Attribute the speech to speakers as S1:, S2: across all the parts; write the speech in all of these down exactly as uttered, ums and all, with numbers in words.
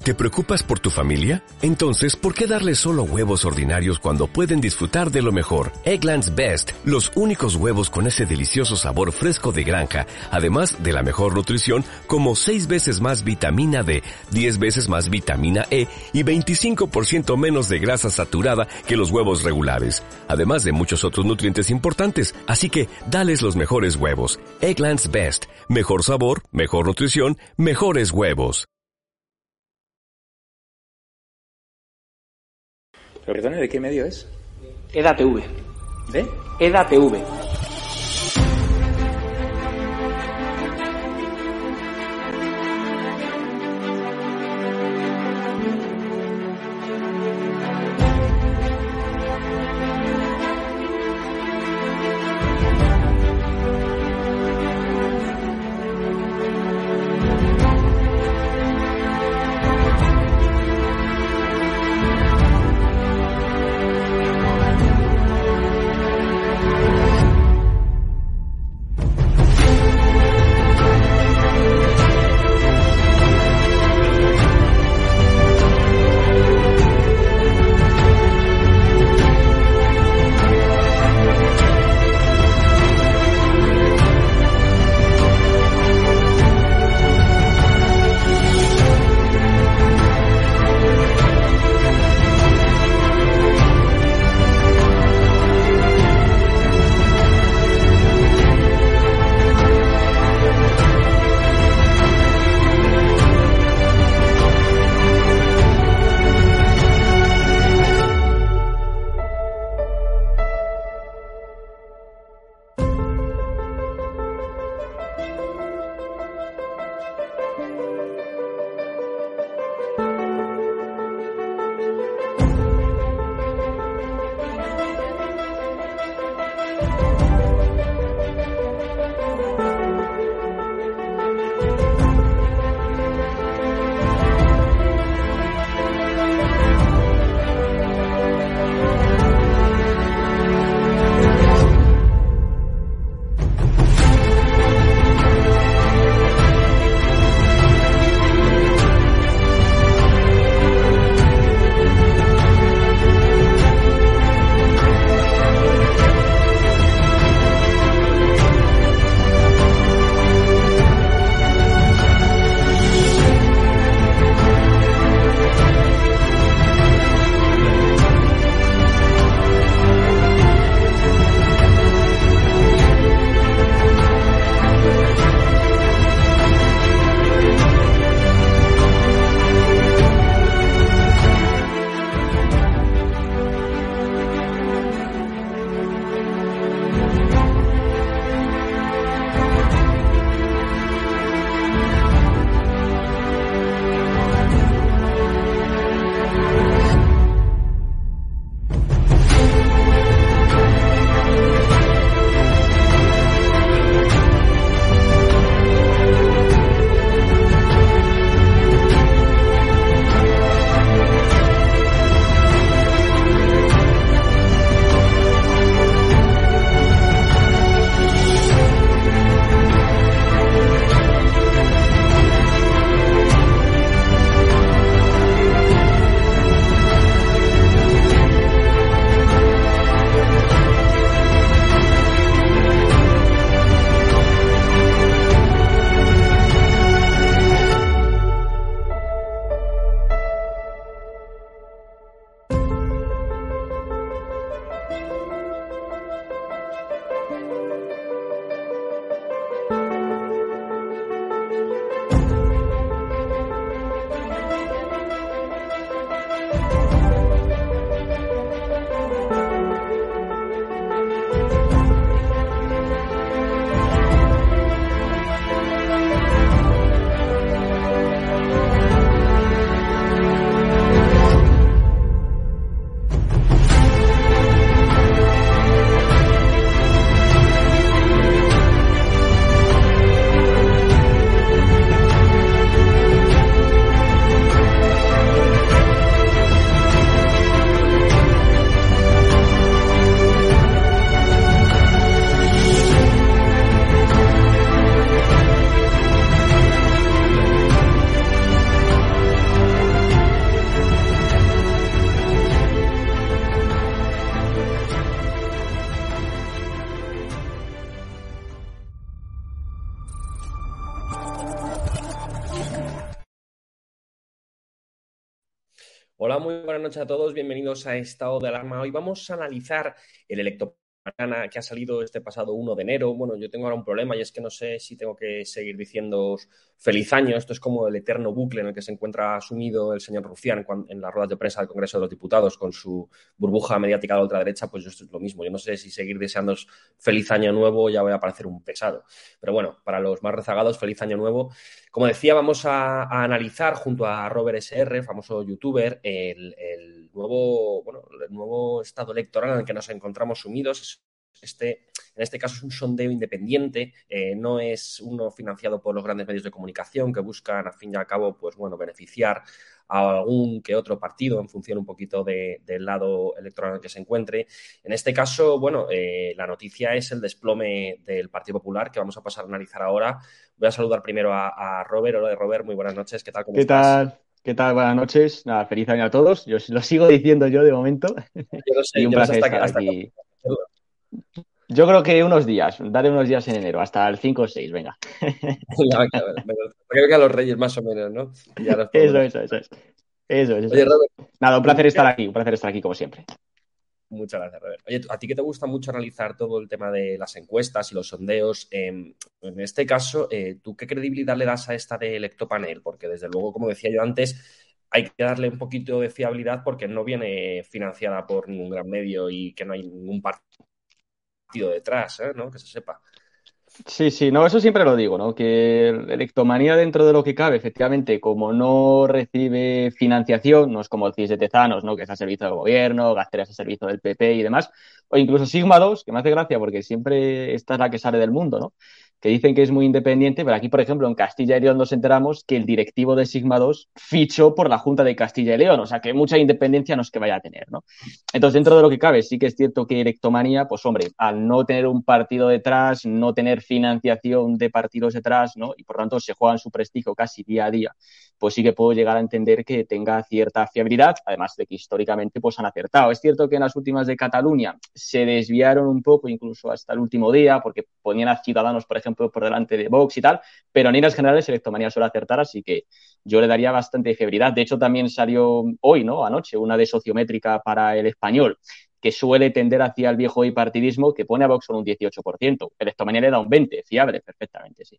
S1: ¿Te preocupas por tu familia? Entonces, ¿por qué darles solo huevos ordinarios cuando pueden disfrutar de lo mejor? Eggland's Best, los únicos huevos con ese delicioso sabor fresco de granja, además de la mejor nutrición, como seis veces más vitamina D, diez veces más vitamina E y veinticinco por ciento menos de grasa saturada que los huevos regulares, además de muchos otros nutrientes importantes. Así que, dales los mejores huevos. Eggland's Best, mejor sabor, mejor nutrición, mejores huevos.
S2: Perdone, ¿de qué medio es?
S3: EDATV.
S2: ¿De?
S3: EDATV.
S4: Hola, muy buenas noches a todos. Bienvenidos a Estado de Alarma. Hoy vamos a analizar el electopanel que ha salido este pasado uno de enero. Bueno, yo tengo ahora un problema y es que no sé si tengo que seguir diciendo feliz año. Esto es como el eterno bucle en el que se encuentra sumido el señor Rufián en las ruedas de prensa del Congreso de los Diputados con su burbuja mediática de la ultraderecha. Pues yo esto es lo mismo. Yo no sé si seguir deseando feliz año nuevo ya voy a parecer un pesado. Pero bueno, para los más rezagados, feliz año nuevo. Como decía, vamos a, a analizar junto a Robert S R, famoso youtuber, el, el nuevo, bueno, el nuevo estado electoral en el que nos encontramos sumidos. Este, en este caso es un sondeo independiente, eh, no es uno financiado por los grandes medios de comunicación que buscan, a fin y al cabo, pues bueno, beneficiar a algún que otro partido en función un poquito de, del lado electoral en el que se encuentre. En este caso, bueno, eh, la noticia es el desplome del Partido Popular, que vamos a pasar a analizar ahora. Voy a saludar primero a, a Robert. Hola, Robert, muy buenas noches. ¿Qué tal? ¿Cómo
S5: ¿Qué
S4: estás?
S5: tal? ¿Qué tal? Buenas noches. Nada, feliz año a todos. Yo lo sigo diciendo yo de momento.
S4: Yo no sé,
S5: Y un
S4: yo no sé
S5: placer
S4: hasta qué,
S5: estar
S4: hasta
S5: aquí. Yo creo que unos días, daré unos días en enero, hasta el cinco o seis, venga.
S4: Creo que a los Reyes más o menos, ¿no? Y ya nos
S5: Eso,
S4: podemos...
S5: eso, eso es. Eso es, eso
S4: Oye,
S5: es.
S4: Robert,
S5: Nada, un
S4: tú
S5: placer
S4: que...
S5: estar aquí, un placer estar aquí como siempre.
S4: Muchas gracias, Robert. Oye, a ti que te gusta mucho analizar todo el tema de las encuestas y los sondeos, eh, en este caso, eh, ¿tú qué credibilidad le das a esta de Electopanel? Porque desde luego, como decía yo antes, hay que darle un poquito de fiabilidad porque no viene financiada por ningún gran medio y que no hay ningún partido detrás, ¿eh? ¿No? Que se sepa.
S5: Sí, sí, no, eso siempre lo digo, ¿no? Que Electomanía dentro de lo que cabe, efectivamente, como no recibe financiación, no es como el C I S de Tezanos, ¿no? Que es a servicio del gobierno, Gacera es a servicio del P P y demás, o incluso Sigma dos, que me hace gracia porque siempre esta es la que sale del mundo, ¿no? Que dicen que es muy independiente, pero aquí, por ejemplo, en Castilla y León nos enteramos que el directivo de Sigma dos fichó por la Junta de Castilla y León, o sea que mucha independencia no es que vaya a tener, ¿no? Entonces, dentro de lo que cabe, sí que es cierto que Electomanía, pues hombre, al no tener un partido detrás, no tener financiación de partidos detrás, ¿no? Y por tanto se juegan su prestigio casi día a día, pues sí que puedo llegar a entender que tenga cierta fiabilidad, además de que históricamente pues han acertado. Es cierto que en las últimas de Cataluña se desviaron un poco, incluso hasta el último día, porque ponían a Ciudadanos, por ejemplo, por delante de Vox y tal, pero en líneas generales Electomanía suele acertar, así que yo le daría bastante fiabilidad. De hecho, también salió hoy, ¿no? Anoche, una de sociométrica para el Español, que suele tender hacia el viejo bipartidismo, que pone a Vox con un dieciocho por ciento. Electomanía le da un veinte por ciento, fiable, perfectamente, sí.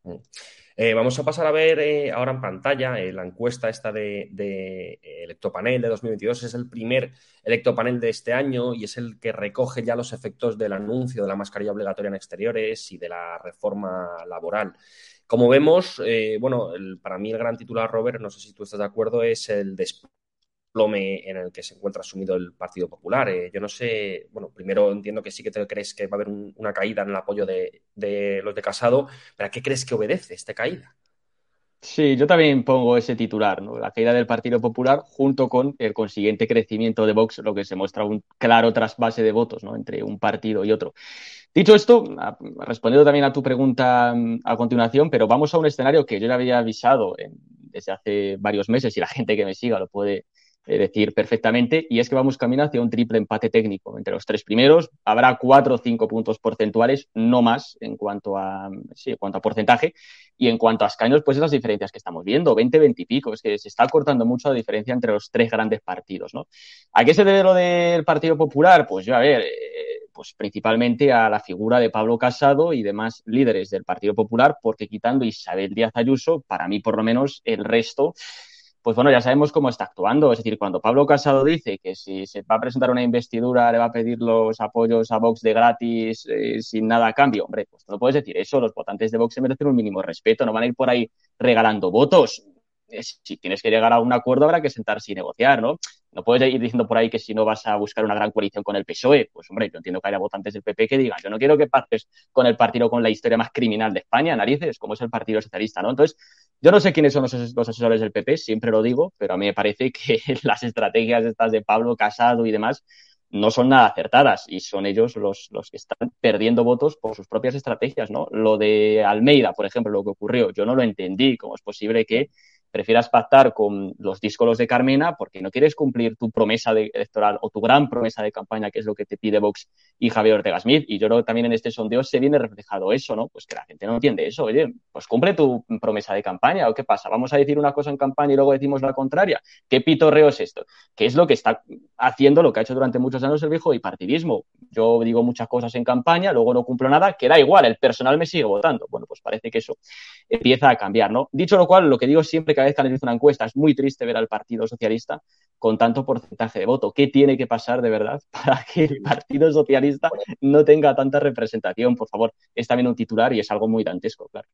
S4: Eh, vamos a pasar a ver eh, ahora en pantalla eh, la encuesta esta de, de Electopanel de dos mil veintidós. Es el primer Electopanel de este año y es el que recoge ya los efectos del anuncio de la mascarilla obligatoria en exteriores y de la reforma laboral. Como vemos, eh, bueno, el, para mí el gran titular, Robert, no sé si tú estás de acuerdo, es el desplome en el que se encuentra sumido el Partido Popular. Eh, yo no sé, bueno, primero entiendo que sí que te crees que va a haber un, una caída en el apoyo de, de los de Casado, pero ¿a qué crees que obedece esta caída?
S5: Sí, yo también pongo ese titular, ¿no? La caída del Partido Popular junto con el consiguiente crecimiento de Vox, lo que se muestra un claro trasvase de votos, ¿no? Entre un partido y otro. Dicho esto, respondiendo también a tu pregunta a continuación, pero vamos a un escenario que yo ya había avisado en, desde hace varios meses y la gente que me siga lo puede eh, decir perfectamente, y es que vamos camino hacia un triple empate técnico. Entre los tres primeros habrá cuatro o cinco puntos porcentuales, no más en cuanto a, sí, en cuanto a porcentaje, y en cuanto a escaños, pues esas diferencias que estamos viendo, veinte, veinte y pico, es que se está cortando mucho la diferencia entre los tres grandes partidos, ¿no? ¿A qué se debe lo del Partido Popular? Pues yo, a ver, eh, pues principalmente a la figura de Pablo Casado y demás líderes del Partido Popular, porque quitando Isabel Díaz Ayuso, para mí por lo menos el resto, pues bueno, ya sabemos cómo está actuando. Es decir, cuando Pablo Casado dice que si se va a presentar una investidura le va a pedir los apoyos a Vox de gratis eh, sin nada a cambio, hombre, pues no puedes decir eso. Los votantes de Vox se merecen un mínimo respeto, no van a ir por ahí regalando votos. Si tienes que llegar a un acuerdo habrá que sentarse y negociar, ¿no? No puedes ir diciendo por ahí que si no vas a buscar una gran coalición con el P S O E. Pues hombre, yo entiendo que haya votantes del P P que digan, yo no quiero que pases con el partido con la historia más criminal de España, narices, como es el Partido Socialista, ¿no? Entonces, yo no sé quiénes son los, los asesores del P P, siempre lo digo, pero a mí me parece que las estrategias estas de Pablo Casado y demás no son nada acertadas y son ellos los, los que están perdiendo votos por sus propias estrategias, ¿no? Lo de Almeida, por ejemplo, lo que ocurrió, yo no lo entendí. ¿Cómo es posible que prefieras pactar con los díscolos de Carmena porque no quieres cumplir tu promesa de electoral o tu gran promesa de campaña, que es lo que te pide Vox y Javier Ortega Smith. Y yo creo que también en este sondeo se viene reflejado eso, ¿no? Pues que la gente no entiende eso. Oye, pues cumple tu promesa de campaña, ¿o qué pasa? ¿Vamos a decir una cosa en campaña y luego decimos la contraria? ¿Qué pitorreo es esto? ¿Qué es lo que está haciendo, lo que ha hecho durante muchos años el viejo bipartidismo? Yo digo muchas cosas en campaña, luego no cumplo nada, que da igual, el personal me sigue votando. Bueno, pues parece que eso empieza a cambiar, ¿no? Dicho lo cual, lo que digo siempre cada vez que analizo una encuesta, es muy triste ver al Partido Socialista con tanto porcentaje de voto. ¿Qué tiene que pasar de verdad para que el Partido Socialista no tenga tanta representación? Por favor, es también un titular y es algo muy dantesco, claro.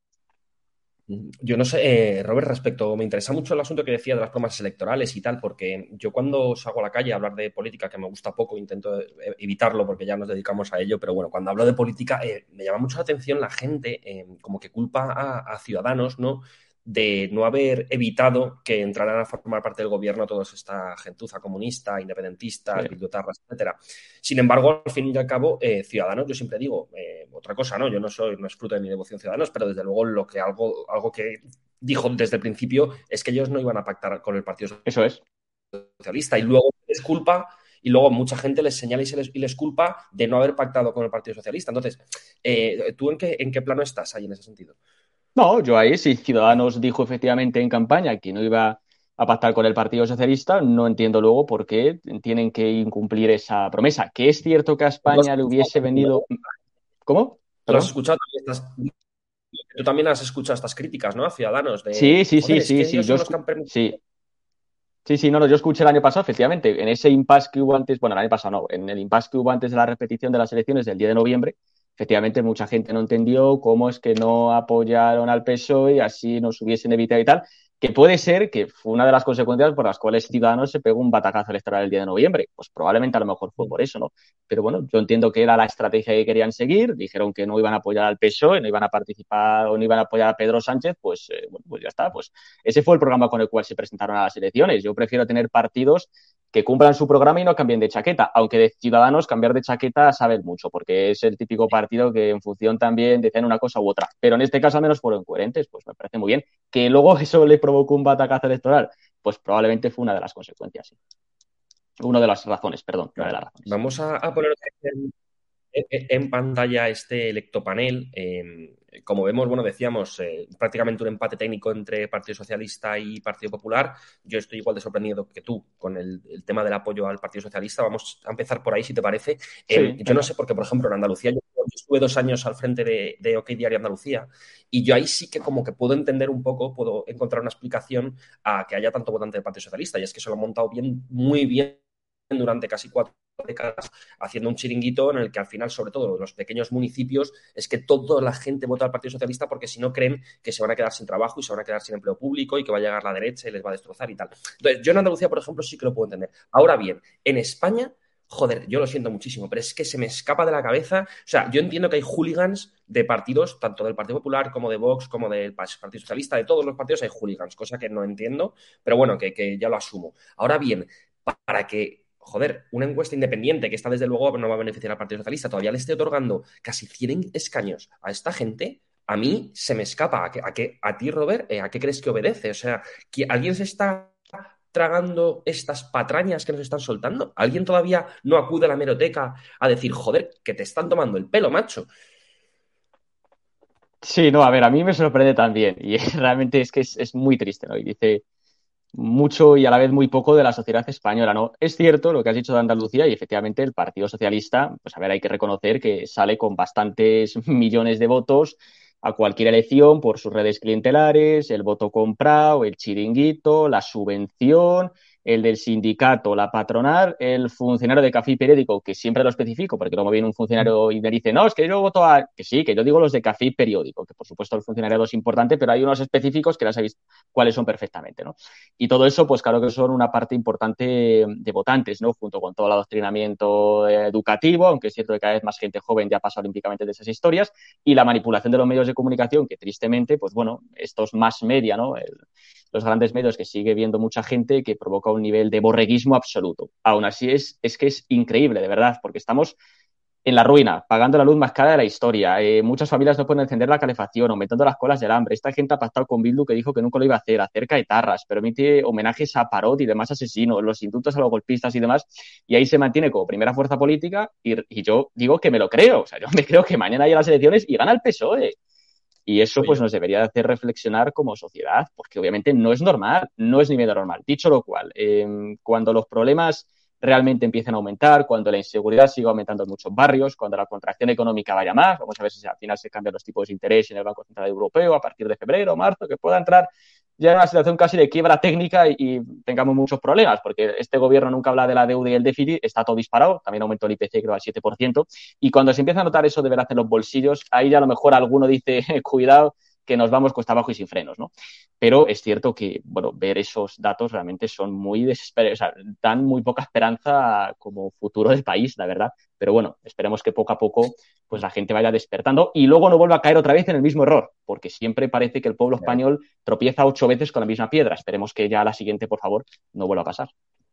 S4: Yo no sé, eh, Robert, respecto, me interesa mucho el asunto que decía de las promesas electorales y tal, porque yo cuando salgo a la calle a hablar de política, que me gusta poco, intento evitarlo porque ya nos dedicamos a ello, pero bueno, cuando hablo de política eh, me llama mucho la atención la gente, eh, como que culpa a, a Ciudadanos, ¿no?, de no haber evitado que entraran a formar parte del gobierno toda esta gentuza comunista, independentista, sí, bilduetarras, etcétera. Sin embargo, al fin y al cabo, eh, Ciudadanos, yo siempre digo, eh, otra cosa, ¿no? Yo no soy, no es fruto de mi devoción Ciudadanos, pero desde luego lo que algo, algo que dijo desde el principio es que ellos no iban a pactar con el Partido
S5: Eso es.
S4: Socialista. Y luego les culpa, y luego mucha gente les señala y, se les, y les culpa de no haber pactado con el Partido Socialista. Entonces, eh, ¿tú en qué, en qué plano estás ahí en ese sentido?
S5: No, yo ahí, si Ciudadanos dijo efectivamente en campaña que no iba a pactar con el Partido Socialista, no entiendo luego por qué tienen que incumplir esa promesa. Que es cierto que a España le hubiese venido... ¿Cómo?
S4: ¿Tú has escuchado estas... Tú también has escuchado estas críticas, ¿no?, a Ciudadanos. De,
S5: sí, sí,
S4: joder,
S5: sí, sí,
S4: es que
S5: sí.
S4: ellos
S5: Yo
S4: son los que han permitido...
S5: sí. Sí, sí, no, no, yo escuché el año pasado, efectivamente, en ese impasse que hubo antes, bueno, el año pasado no, en el impasse que hubo antes de la repetición de las elecciones del diez de noviembre, efectivamente mucha gente no entendió cómo es que no apoyaron al P S O E y así nos hubiesen evitado y tal, que puede ser que fue una de las consecuencias por las cuales Ciudadanos se pegó un batacazo electoral el diez de noviembre. Pues probablemente a lo mejor fue por eso, ¿no? Pero bueno, yo entiendo que era la estrategia que querían seguir, dijeron que no iban a apoyar al P S O E, no iban a participar o no iban a apoyar a Pedro Sánchez, pues, eh, bueno, pues ya está, pues ese fue el programa con el cual se presentaron a las elecciones. Yo prefiero tener partidos que cumplan su programa y no cambien de chaqueta, aunque de Ciudadanos cambiar de chaqueta saben mucho, porque es el típico partido que en función también decían una cosa u otra, pero en este caso al menos fueron coherentes, pues me parece muy bien. Que luego eso le provocó un batacazo electoral, pues probablemente fue una de las consecuencias, sí. Una de las razones, perdón, una de las razones.
S4: Vamos a, a poner en, en pantalla este electopanel. Eh, como vemos, bueno, decíamos, eh, prácticamente un empate técnico entre Partido Socialista y Partido Popular. Yo estoy igual de sorprendido que tú con el, el tema del apoyo al Partido Socialista. Vamos a empezar por ahí, si te parece. Eh,
S5: Sí,
S4: yo no sé, porque, por ejemplo, en Andalucía, yo, yo estuve dos años al frente de, de OK Diario Andalucía, y yo ahí sí que como que puedo entender un poco, puedo encontrar una explicación a que haya tanto votante del Partido Socialista, y es que se lo han montado bien, muy bien durante casi cuatro décadas, haciendo un chiringuito en el que al final, sobre todo en los pequeños municipios, es que toda la gente vota al Partido Socialista porque si no creen que se van a quedar sin trabajo y se van a quedar sin empleo público y que va a llegar la derecha y les va a destrozar y tal. Entonces, yo en Andalucía, por ejemplo, sí que lo puedo entender. Ahora bien, en España, joder, yo lo siento muchísimo, pero es que se me escapa de la cabeza. O sea, yo entiendo que hay hooligans de partidos, tanto del Partido Popular como de Vox, como del Partido Socialista, de todos los partidos hay hooligans, cosa que no entiendo, pero bueno, que, que ya lo asumo. Ahora bien, para que joder, una encuesta independiente que esta desde luego no va a beneficiar al Partido Socialista, todavía le esté otorgando casi cien escaños a esta gente, a mí se me escapa. ¿A, que, a, que, a ti, Robert, eh, a qué crees que obedece? O sea, ¿que ¿alguien se está tragando estas patrañas que nos están soltando? ¿Alguien todavía no acude a la hemeroteca a decir, joder, que te están tomando el pelo, macho?
S5: Sí, no, a ver, a mí me sorprende también y realmente es que es, es muy triste, ¿no? Y dice mucho y a la vez muy poco de la sociedad española, ¿no? Es cierto lo que has dicho de Andalucía y efectivamente el Partido Socialista, pues a ver, hay que reconocer que sale con bastantes millones de votos a cualquier elección por sus redes clientelares, el voto comprado, el chiringuito, la subvención, el del sindicato, la patronal, el funcionario de café y periódico, que siempre lo especifico, porque luego viene un funcionario y me dice, no, es que yo voto a... Que sí, que yo digo los de café y periódico, que por supuesto el funcionariado es importante, pero hay unos específicos que ya sabéis cuáles son perfectamente, ¿no? Y todo eso, pues claro que son una parte importante de votantes, ¿no? Junto con todo el adoctrinamiento educativo, aunque es cierto que cada vez más gente joven ya pasa olímpicamente de esas historias, y la manipulación de los medios de comunicación, que tristemente, pues bueno, estos más media, ¿no? El, los grandes medios que sigue viendo mucha gente que provoca un nivel de borreguismo absoluto. Aún así es, es que es increíble, de verdad, porque estamos en la ruina, pagando la luz más cara de la historia. Eh, muchas familias no pueden encender la calefacción, aumentando las colas del hambre. Esta gente ha pactado con Bildu, que dijo que nunca lo iba a hacer, acerca de tarras, permite homenajes a Parot y demás asesinos, los indultos a los golpistas y demás, y ahí se mantiene como primera fuerza política, y, y yo digo que me lo creo. O sea, yo me creo que mañana hay las elecciones y gana el P S O E. Y eso pues nos debería hacer reflexionar como sociedad, porque obviamente no es normal, no es ni medio normal. Dicho lo cual, eh, cuando los problemas realmente empiecen a aumentar, cuando la inseguridad siga aumentando en muchos barrios, cuando la contracción económica vaya más, vamos a ver si al final se cambian los tipos de interés en el Banco Central Europeo a partir de febrero o marzo, que pueda entrar ya en una situación casi de quiebra técnica y, y tengamos muchos problemas, porque este gobierno nunca habla de la deuda y el déficit, está todo disparado, también aumentó el I P C creo al siete por ciento, y cuando se empieza a notar eso de veras en los bolsillos, ahí ya a lo mejor alguno dice, cuidado, que nos vamos cuesta abajo y sin frenos, ¿no? Pero es cierto que, bueno, ver esos datos realmente son muy desesperados, o sea, dan muy poca esperanza como futuro del país, la verdad. Pero bueno, esperemos que poco a poco pues la gente vaya despertando y luego no vuelva a caer otra vez en el mismo error, porque siempre parece que el pueblo español tropieza ocho veces con la misma piedra. Esperemos que ya la siguiente, por favor, no vuelva a pasar.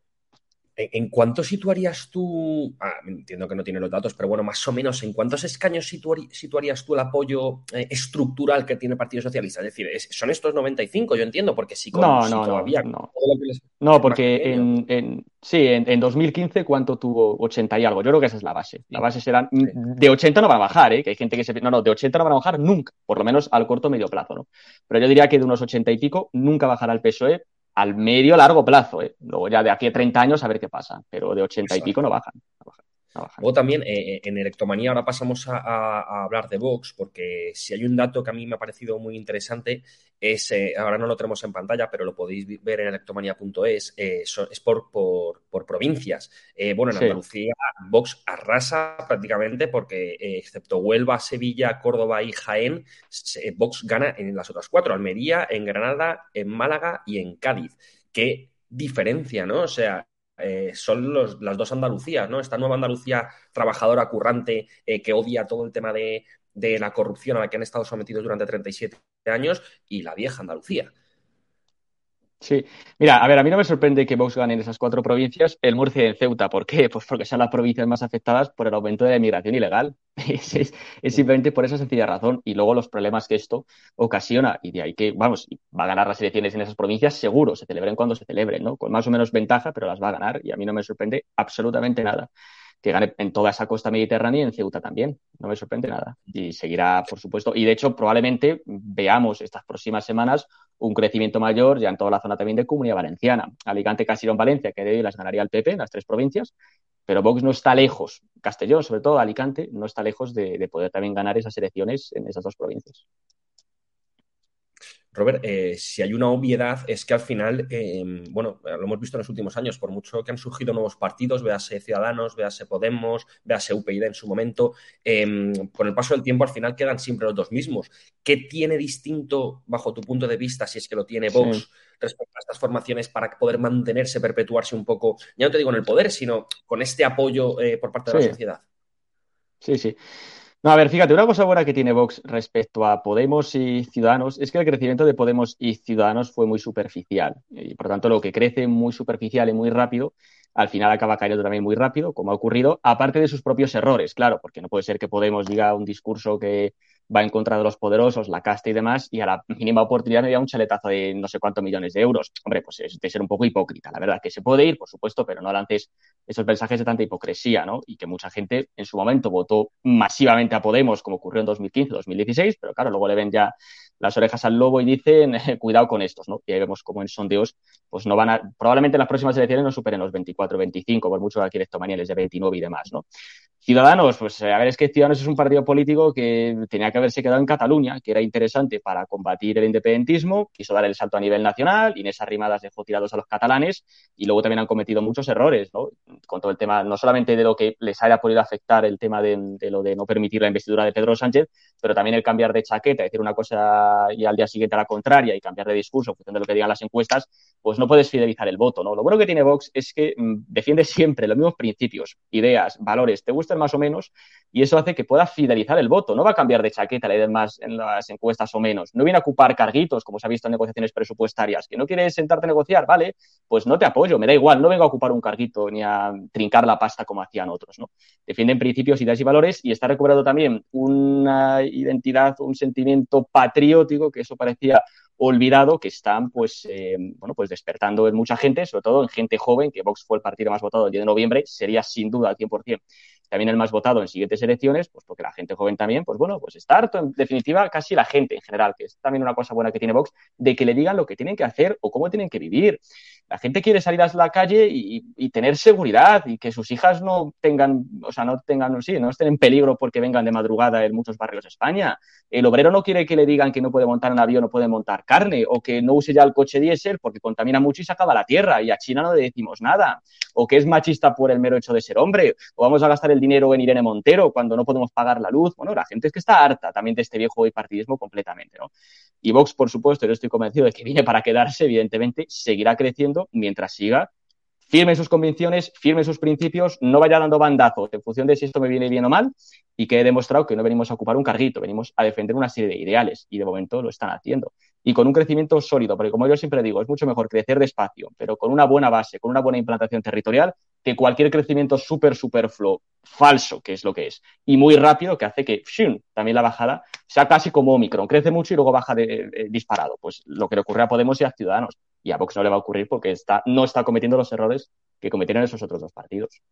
S4: ¿En cuánto situarías tú? Ah, entiendo que no tiene los datos, pero bueno, más o menos, ¿en cuántos escaños situarías tú el apoyo eh, estructural que tiene el Partido Socialista? Es decir, es, son estos noventa y cinco, yo entiendo, porque si, con,
S5: no,
S4: si
S5: no,
S4: todavía...
S5: No, no.
S4: Les...
S5: No, porque en, en, sí, en, en dos mil quince, ¿cuánto tuvo? ochenta y algo. Yo creo que esa es la base. La base será... Sí. De ochenta no van a bajar, ¿eh? Que hay gente que se... No, no, de ochenta no van a bajar nunca, por lo menos al corto o medio plazo, ¿no? Pero yo diría que de unos ochenta y pico nunca bajará el P S O E al medio largo plazo, ¿eh? Luego ya de aquí a treinta años a ver qué pasa, pero de ochenta y pico no bajan. No bajan.
S4: Luego también eh, en Electomanía ahora pasamos a, a, a hablar de Vox, porque si hay un dato que a mí me ha parecido muy interesante es, eh, ahora no lo tenemos en pantalla, pero lo podéis ver en electomanía punto es, eh, so, es por, por, por provincias. Eh, bueno, en sí. Andalucía Vox arrasa prácticamente porque eh, excepto Huelva, Sevilla, Córdoba y Jaén, se, Vox gana en las otras cuatro, Almería, en Granada, en Málaga y en Cádiz. Qué diferencia, ¿no? O sea, Eh, son los, las dos Andalucías, ¿no? Esta nueva Andalucía trabajadora, currante, eh, que odia todo el tema de, de la corrupción a la que han estado sometidos durante treinta y siete años, y la vieja Andalucía.
S5: Sí, mira, a ver, a mí no me sorprende que Vox gane en esas cuatro provincias, el Murcia y el Ceuta. ¿Por qué? Pues porque son las provincias más afectadas por el aumento de la inmigración ilegal. Es, es, es simplemente por esa sencilla razón. Y luego los problemas que esto ocasiona. Y de ahí que, vamos, va a ganar las elecciones en esas provincias seguro, se celebren cuando se celebren, ¿no? Con más o menos ventaja, pero las va a ganar. Y a mí no me sorprende absolutamente nada que gane en toda esa costa mediterránea y en Ceuta también. No me sorprende nada. Y seguirá, por supuesto. Y de hecho, probablemente veamos estas próximas semanas un crecimiento mayor ya en toda la zona también de Comunidad Valenciana. Alicante, Castellón, Valencia, que de hoy las ganaría el P P en las tres provincias, pero Vox no está lejos, Castellón, sobre todo Alicante, no está lejos de, de poder también ganar esas elecciones en esas dos provincias.
S4: Robert, eh, si hay una obviedad es que al final, eh, bueno, lo hemos visto en los últimos años, por mucho que han surgido nuevos partidos, véase Ciudadanos, véase Podemos, véase U P YD en su momento, eh, con el paso del tiempo al final quedan siempre los dos mismos. ¿Qué tiene distinto, bajo tu punto de vista, si es que lo tiene Vox, sí, respecto a estas formaciones para poder mantenerse, perpetuarse un poco, ya no te digo en el poder, sino con este apoyo eh, por parte de sí. la sociedad?
S5: Sí, sí. No, a ver, fíjate, una cosa buena que tiene Vox respecto a Podemos y Ciudadanos es que el crecimiento de Podemos y Ciudadanos fue muy superficial y, por tanto, lo que crece muy superficial y muy rápido, al final acaba cayendo también muy rápido, como ha ocurrido, aparte de sus propios errores, claro, porque no puede ser que Podemos diga un discurso que va en contra de los poderosos, la casta y demás, y a la mínima oportunidad me da un chaletazo de no sé cuántos millones de euros. Hombre, pues es de ser un poco hipócrita, la verdad, que se puede ir, por supuesto, pero no lances esos mensajes de tanta hipocresía, ¿no? Y que mucha gente en su momento votó masivamente a Podemos, como ocurrió en dos mil quince, dos mil dieciséis, pero claro, luego le ven ya las orejas al lobo y dicen, eh, cuidado con estos, ¿no? Y ahí vemos como en sondeos, pues no van a, probablemente en las próximas elecciones no superen los veinticuatro, veinticinco, por mucho que aquí Electomanía les de veintinueve y demás, ¿no? Ciudadanos, pues a ver, es que Ciudadanos es un partido político que tenía que haberse quedado en Cataluña, que era interesante para combatir el independentismo, quiso dar el salto a nivel nacional, Inés Arrimadas dejó tirados a los catalanes y luego también han cometido muchos errores, ¿no? Con todo el tema, no solamente de lo que les haya podido afectar el tema de, de lo de no permitir la investidura de Pedro Sánchez, pero también el cambiar de chaqueta, decir una cosa y al día siguiente a la contraria y cambiar de discurso en función de lo que digan las encuestas, pues no puedes fidelizar el voto, ¿no? Lo bueno que tiene Vox es que mmm, defiende siempre los mismos principios, ideas, valores, te gusta más o menos, y eso hace que pueda fidelizar el voto. No va a cambiar de chaqueta, le den más en las encuestas o menos. No viene a ocupar carguitos, como se ha visto en negociaciones presupuestarias. Que no quieres sentarte a negociar, vale, pues no te apoyo, me da igual, no vengo a ocupar un carguito ni a trincar la pasta como hacían otros, ¿no? Defienden principios, ideas y valores, y está recuperando también una identidad, un sentimiento patriótico, que eso parecía olvidado, que están pues, eh, bueno, pues despertando en mucha gente, sobre todo en gente joven, que Vox fue el partido más votado el diez de noviembre, sería sin duda al cien por ciento también el más votado en siguientes elecciones, pues porque la gente joven también, pues bueno, pues está harto, en definitiva, casi la gente en general, que es también una cosa buena que tiene Vox, de que le digan lo que tienen que hacer o cómo tienen que vivir. La gente quiere salir a la calle y, y tener seguridad y que sus hijas no tengan, o sea, no tengan, sí, no estén en peligro porque vengan de madrugada en muchos barrios de España. El obrero no quiere que le digan que no puede montar un avión, no puede montar carne, o que no use ya el coche diésel porque contamina mucho y se acaba la tierra, y a China no le decimos nada, o que es machista por el mero hecho de ser hombre, o vamos a gastar el dinero en Irene Montero cuando no podemos pagar la luz. Bueno, la gente es que está harta también de este viejo bipartidismo completamente, ¿no? Y Vox, por supuesto, yo estoy convencido de que viene para quedarse, evidentemente, seguirá creciendo mientras siga firme en sus convicciones, firme en sus principios, no vaya dando bandazos en función de si esto me viene bien o mal, y que he demostrado que no venimos a ocupar un carguito, venimos a defender una serie de ideales, y de momento lo están haciendo. Y con un crecimiento sólido, porque como yo siempre digo, es mucho mejor crecer despacio, pero con una buena base, con una buena implantación territorial, que cualquier crecimiento súper superfluo, falso, que es lo que es, y muy rápido, que hace que ¡shum!, también la bajada sea casi como Omicron, crece mucho y luego baja de, de, disparado. Pues lo que le ocurre a Podemos y a Ciudadanos. Y a Vox no le va a ocurrir porque está, no está cometiendo los errores que cometieron esos otros dos partidos.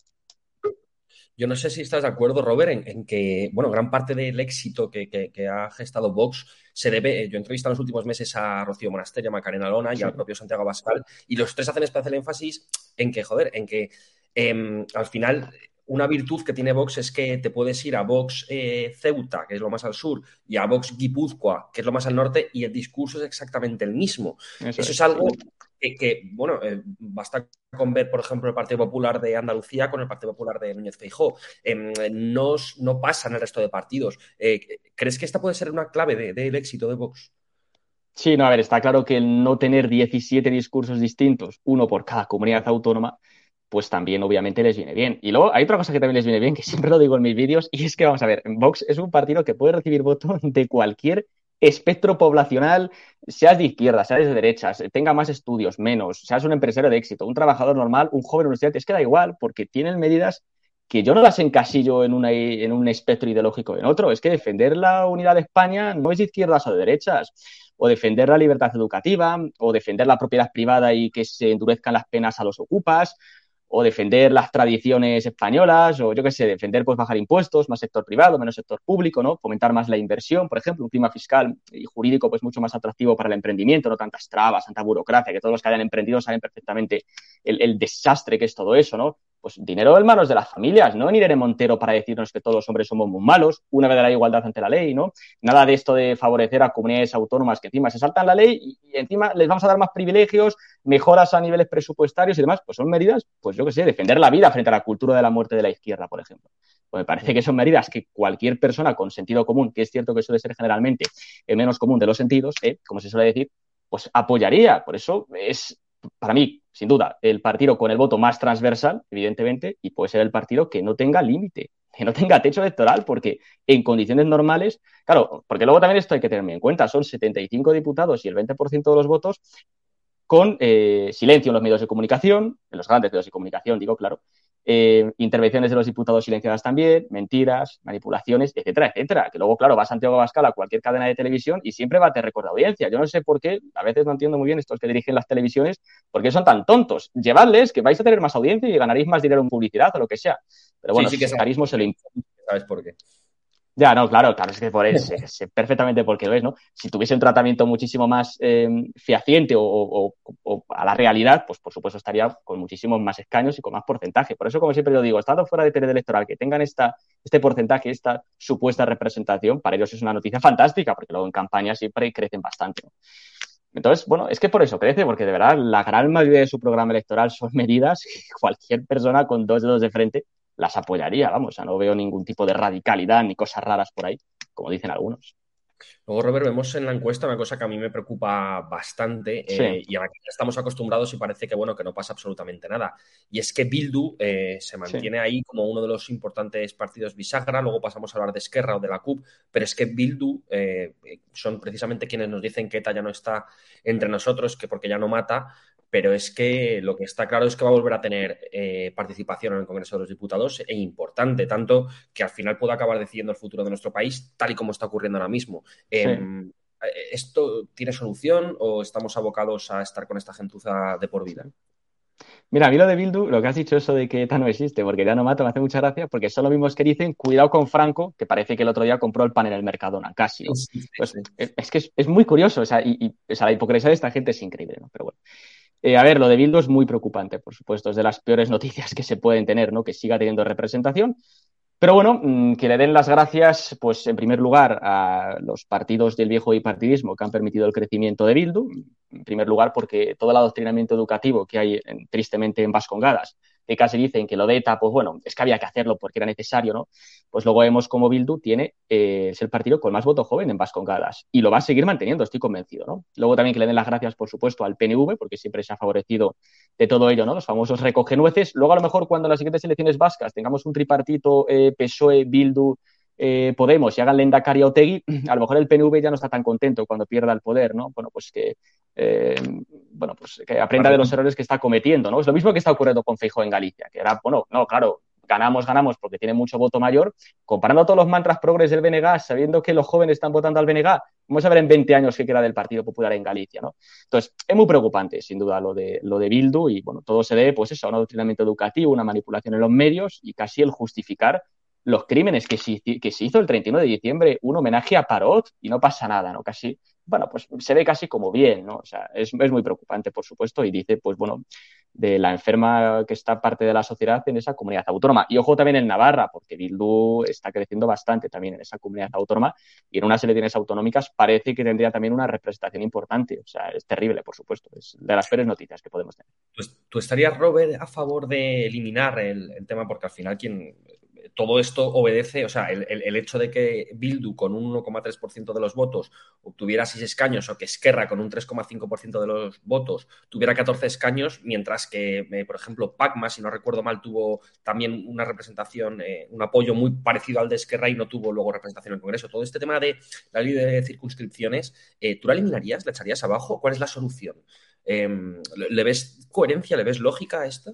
S4: Yo no sé si estás de acuerdo, Robert, en, en que, bueno, gran parte del éxito que, que, que ha gestado Vox se debe, yo he entrevistado en los últimos meses a Rocío Monasterio, a Macarena Lona y sí. al propio Santiago Abascal, y los tres hacen especial énfasis en que, joder, en que eh, al final una virtud que tiene Vox es que te puedes ir a Vox eh, Ceuta, que es lo más al sur, y a Vox Guipúzcoa, que es lo más al norte, y el discurso es exactamente el mismo. Eso, Eso es, es algo... Sí. Que, que, bueno, eh, basta con ver, por ejemplo, el Partido Popular de Andalucía con el Partido Popular de Núñez Feijóo. Eh, no, no pasa en el resto de partidos. Eh, ¿Crees que esta puede ser una clave de, del éxito de Vox?
S5: Sí, no, a ver, está claro que el no tener diecisiete discursos distintos, uno por cada comunidad autónoma, pues también obviamente les viene bien. Y luego hay otra cosa que también les viene bien, que siempre lo digo en mis vídeos, y es que, vamos a ver, Vox es un partido que puede recibir votos de cualquier espectro poblacional, seas de izquierda, seas de derechas, tenga más estudios, menos, seas un empresario de éxito, un trabajador normal, un joven universitario, es que da igual, porque tienen medidas que yo no las encasillo en, una, en un espectro ideológico en otro. Es que defender la unidad de España no es de izquierdas o de derechas, o defender la libertad educativa, o defender la propiedad privada y que se endurezcan las penas a los ocupas, o defender las tradiciones españolas, o yo qué sé, defender pues bajar impuestos, más sector privado, menos sector público, ¿no? Fomentar más la inversión, por ejemplo, un clima fiscal y jurídico pues mucho más atractivo para el emprendimiento, no tantas trabas, tanta burocracia, que todos los que hayan emprendido saben perfectamente el, el desastre que es todo eso, ¿no? Pues dinero en manos de las familias, no en Irene Montero para decirnos que todos los hombres somos muy malos, una vez de la igualdad ante la ley, ¿no? Nada de esto de favorecer a comunidades autónomas que encima se saltan la ley y, y encima les vamos a dar más privilegios, mejoras a niveles presupuestarios y demás. Pues son medidas, pues yo qué sé, defender la vida frente a la cultura de la muerte de la izquierda, por ejemplo. Pues me parece que son medidas que cualquier persona con sentido común, que es cierto que suele ser generalmente el menos común de los sentidos, ¿eh? como se suele decir, pues apoyaría. Por eso es, para mí, sin duda, el partido con el voto más transversal, evidentemente, y puede ser el partido que no tenga límite, que no tenga techo electoral, porque en condiciones normales, claro, porque luego también esto hay que tenerme en cuenta, son setenta y cinco diputados y el veinte por ciento de los votos con eh, silencio en los medios de comunicación, en los grandes medios de comunicación, digo, claro, eh, intervenciones de los diputados silenciadas también, mentiras, manipulaciones, etcétera, etcétera. Que luego, claro, va Santiago Abascal a cualquier cadena de televisión y siempre va a tener récord de audiencia. Yo no sé por qué, a veces no entiendo muy bien estos que dirigen las televisiones, por qué son tan tontos. Llevadles que vais a tener más audiencia y ganaréis más dinero en publicidad o lo que sea. Pero bueno, sí, sí que carisma se lo impone.
S4: ¿Sabes por qué?
S5: Ya, no, claro, claro, es que por eso, sé, sé perfectamente por qué lo es, ¿no? Si tuviese un tratamiento muchísimo más eh, fehaciente o, o, o a la realidad, pues por supuesto estaría con muchísimos más escaños y con más porcentaje. Por eso, como siempre lo digo, estando fuera de periodo electoral, que tengan esta, este porcentaje, esta supuesta representación, para ellos es una noticia fantástica, porque luego en campaña siempre crecen bastante, ¿no? Entonces, bueno, es que por eso crece, porque de verdad la gran mayoría de su programa electoral son medidas que cualquier persona con dos dedos de frente las apoyaría, vamos, o sea, no veo ningún tipo de radicalidad ni cosas raras por ahí, como dicen algunos.
S4: Luego, Robert, vemos en la encuesta una cosa que a mí me preocupa bastante eh,
S5: Sí,
S4: y a la que ya estamos acostumbrados y parece que, bueno, que no pasa absolutamente nada. Y es que Bildu eh, se
S5: sí,
S4: mantiene ahí como uno de los importantes partidos bisagra, luego pasamos a hablar de Esquerra o de la C U P, pero es que Bildu eh, son precisamente quienes nos dicen que ETA ya no está entre nosotros, que porque ya no mata, pero es que lo que está claro es que va a volver a tener eh, participación en el Congreso de los Diputados e importante, tanto que al final pueda acabar decidiendo el futuro de nuestro país, tal y como está ocurriendo ahora mismo.
S5: sí.
S4: Eh, ¿Esto tiene solución o estamos abocados a estar con esta gentuza de por vida?
S5: Mira, a mí lo de Bildu, lo que has dicho eso de que ETA no existe, porque ya no mata, me hace mucha gracia, porque son los mismos que dicen, cuidado con Franco, que parece que el otro día compró el pan en el Mercadona, casi, ¿no?
S4: Sí, sí,
S5: Pues
S4: sí.
S5: es, es que es, es, muy curioso, o sea, y, y o sea, la hipocresía de esta gente es increíble, ¿no? Pero bueno. Eh, a ver, lo de Bildu es muy preocupante, por supuesto, es de las peores noticias que se pueden tener, ¿no? Que siga teniendo representación. Pero bueno, mm, que le den las gracias, pues en primer lugar, a los partidos del viejo bipartidismo que han permitido el crecimiento de Bildu. En primer lugar, porque todo el adoctrinamiento educativo que hay en, tristemente en Vascongadas, que casi dicen que lo de ETA, pues bueno, es que había que hacerlo porque era necesario, ¿no? Pues luego vemos como Bildu tiene, eh, es el partido con más voto joven en Vascongadas y lo va a seguir manteniendo, estoy convencido, ¿no? Luego también que le den las gracias, por supuesto, al P N V, porque siempre se ha favorecido de todo ello, ¿no? Los famosos recogenueces. Luego, a lo mejor, cuando en las siguientes elecciones vascas tengamos un tripartito eh, P S O E, Bildu, eh, Podemos y hagan Lehendakari a Otegi, a lo mejor el P N V ya no está tan contento cuando pierda el poder, ¿no? Bueno, pues que, eh, bueno, pues que aprenda de los errores que está cometiendo, ¿no? Es lo mismo que está ocurriendo con Feijóo en Galicia, que era, bueno, no, claro, ganamos, ganamos porque tiene mucho voto mayor, comparando todos los mantras progres del B N G, sabiendo que los jóvenes están votando al B N G, vamos a ver en veinte años qué queda del Partido Popular en Galicia, ¿no? Entonces, es muy preocupante, sin duda, lo de, lo de Bildu y, bueno, todo se debe, pues eso, a un adoctrinamiento educativo, una manipulación en los medios y casi el justificar los crímenes que se, que se hizo el treinta y uno de diciembre, un homenaje a Parot y no pasa nada, ¿no? Casi, bueno, pues se ve casi como bien, ¿no? O sea, es, es muy preocupante, por supuesto, y dice, pues bueno, de la enferma que está parte de la sociedad en esa comunidad autónoma. Y ojo también en Navarra, porque Bildu está creciendo bastante también en esa comunidad autónoma y en unas elecciones autonómicas parece que tendría también una representación importante. O sea, es terrible, por supuesto. Es de las peores noticias que podemos tener.
S4: Pues, ¿tú estarías, Robert, a favor de eliminar el, el tema? Porque al final quien todo esto obedece, o sea, el, el, el hecho de que Bildu con un uno coma tres por ciento de los votos obtuviera seis escaños o que Esquerra con un tres coma cinco por ciento de los votos tuviera catorce escaños, mientras que, eh, por ejemplo, Pacma, si no recuerdo mal, tuvo también una representación, eh, un apoyo muy parecido al de Esquerra y no tuvo luego representación en el Congreso. Todo este tema de la ley de circunscripciones, eh, ¿tú la eliminarías? ¿La echarías abajo? ¿Cuál es la solución? Eh, ¿Le ves coherencia, le ves lógica a esto?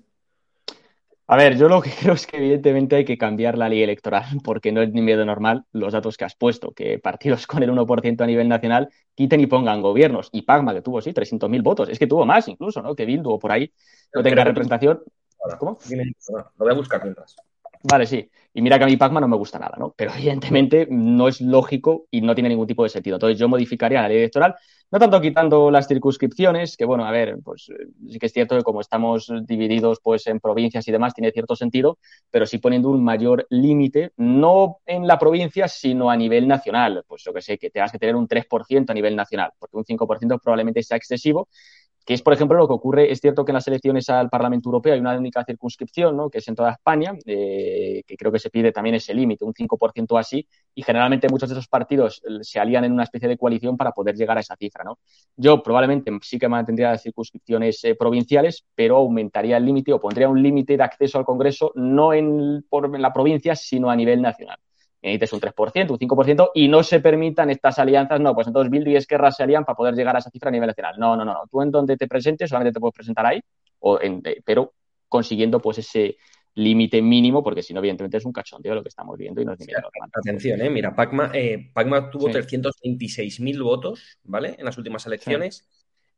S5: A ver, yo lo que creo es que evidentemente hay que cambiar la ley electoral porque no es ni miedo normal los datos que has puesto, que partidos con el uno por ciento a nivel nacional quiten y pongan gobiernos. Y Pagma, que tuvo, sí, trescientos mil votos, es que tuvo más incluso, ¿no? Que Bildu o por ahí no tenga
S4: Creo que tú...
S5: representación.
S4: Ahora,
S5: ¿Cómo?
S4: dime, lo voy a buscar mientras.
S5: Vale, sí. Y mira que a mí Pacma no me gusta nada, ¿no? Pero evidentemente no es lógico y no tiene ningún tipo de sentido. Entonces yo modificaría la ley electoral, no tanto quitando las circunscripciones, que bueno, a ver, pues sí que es cierto que como estamos divididos pues en provincias y demás, tiene cierto sentido, pero sí poniendo un mayor límite, no en la provincia, sino a nivel nacional. Pues yo que sé, que tengas que tener un tres por ciento a nivel nacional, porque un cinco por ciento probablemente sea excesivo, que es, por ejemplo, lo que ocurre. Es cierto que en las elecciones al Parlamento Europeo hay una única circunscripción, ¿no? Que es en toda España, eh, que creo que se pide también ese límite, un cinco por ciento así, y generalmente muchos de esos partidos se alían en una especie de coalición para poder llegar a esa cifra, ¿no? Yo probablemente sí que mantendría las circunscripciones eh, provinciales, pero aumentaría el límite o pondría un límite de acceso al Congreso no en, por, en la provincia, sino a nivel nacional. Necesites un tres por ciento, un cinco por ciento y no se permitan estas alianzas, no, pues entonces Bildu y Esquerra se alían para poder llegar a esa cifra a nivel nacional. No, no, no, no. Tú en donde te presentes solamente te puedes presentar ahí, o en, pero consiguiendo pues ese límite mínimo, porque si no, evidentemente es un cachondeo lo que estamos viendo y no es ni medio normal.
S4: Atención, eh, mira, Pacma, eh, Pacma tuvo
S5: Sí,
S4: trescientos veintiséis mil votos, ¿vale? En las últimas
S5: sí.
S4: elecciones,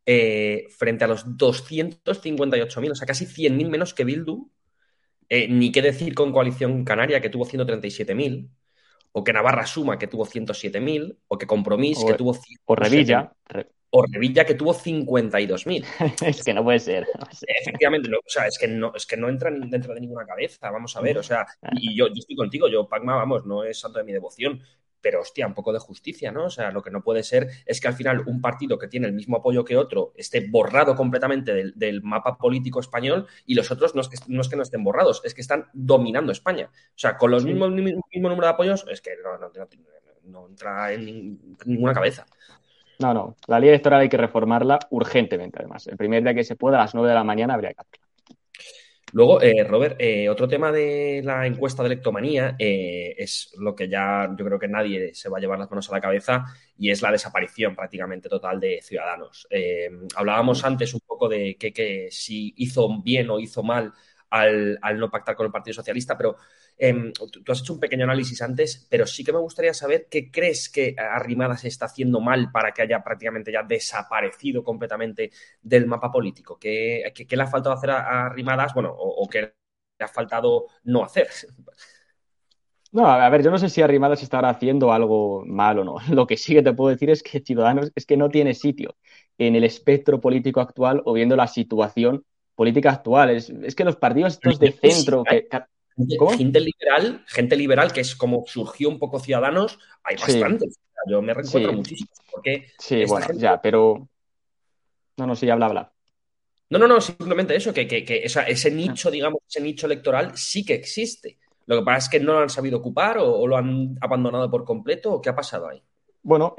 S4: eh, frente a los doscientos cincuenta y ocho mil, o sea, casi cien mil menos que Bildu. Eh, ni qué decir con Coalición Canaria, que tuvo ciento treinta y siete mil, o que Navarra Suma, que tuvo ciento siete mil, o que Compromís,
S5: O,
S4: que tuvo
S5: o
S4: ciento setenta mil,
S5: Revilla. Re...
S4: o Revilla, que tuvo cincuenta y dos mil.
S5: Es que no puede ser. No puede ser.
S4: Efectivamente, no, o sea, es que no, es que no entra dentro de ninguna cabeza, vamos a ver, o sea, y, y yo, yo estoy contigo, yo, Pacma, vamos, no es santo de mi devoción, pero hostia, un poco de justicia, ¿no? O sea, lo que no puede ser es que al final un partido que tiene el mismo apoyo que otro esté borrado completamente del, del mapa político español y los otros no es, que, no es que no estén borrados, es que están dominando España. O sea, con los
S5: Sí.
S4: mismos mismo número de apoyos, es que no, no, no, no entra en nin- ninguna cabeza.
S5: No, no, la ley electoral hay que reformarla urgentemente, además. El primer día que se pueda, a las nueve de la mañana, habría que hacerla.
S4: Luego, eh, Robert, eh, otro tema de la encuesta de electomanía eh, es lo que ya yo creo que nadie se va a llevar las manos a la cabeza y es la desaparición prácticamente total de Ciudadanos. Eh, hablábamos antes un poco de que, que si hizo bien o hizo mal al, al no pactar con el Partido Socialista, pero eh, tú, tú has hecho un pequeño análisis antes, pero sí que me gustaría saber qué crees que Arrimadas está haciendo mal para que haya prácticamente ya desaparecido completamente del mapa político. ¿Qué, qué, qué le ha faltado hacer a, a Arrimadas? Bueno, o, o qué le ha faltado no hacer.
S5: No, a ver, yo no sé si Arrimadas estará haciendo algo mal o no. Lo que sí que te puedo decir es que Ciudadanos es que no tiene sitio en el espectro político actual o viendo la situación política actual. Es, es que los partidos estos de centro que... ¿Cómo?
S4: Gente liberal, gente liberal, que es como surgió un poco Ciudadanos, hay
S5: Sí,
S4: bastantes. Yo me reencuentro
S5: sí,
S4: muchísimo. Porque
S5: sí,
S4: esta
S5: bueno,
S4: gente.
S5: ya, pero... No, no, sí, habla, habla.
S4: No, no, no, simplemente eso, que, que, que esa, ese nicho, digamos, ese nicho electoral sí que existe. Lo que pasa es que no lo han sabido ocupar o, o lo han abandonado por completo, o qué ha pasado ahí.
S5: Bueno,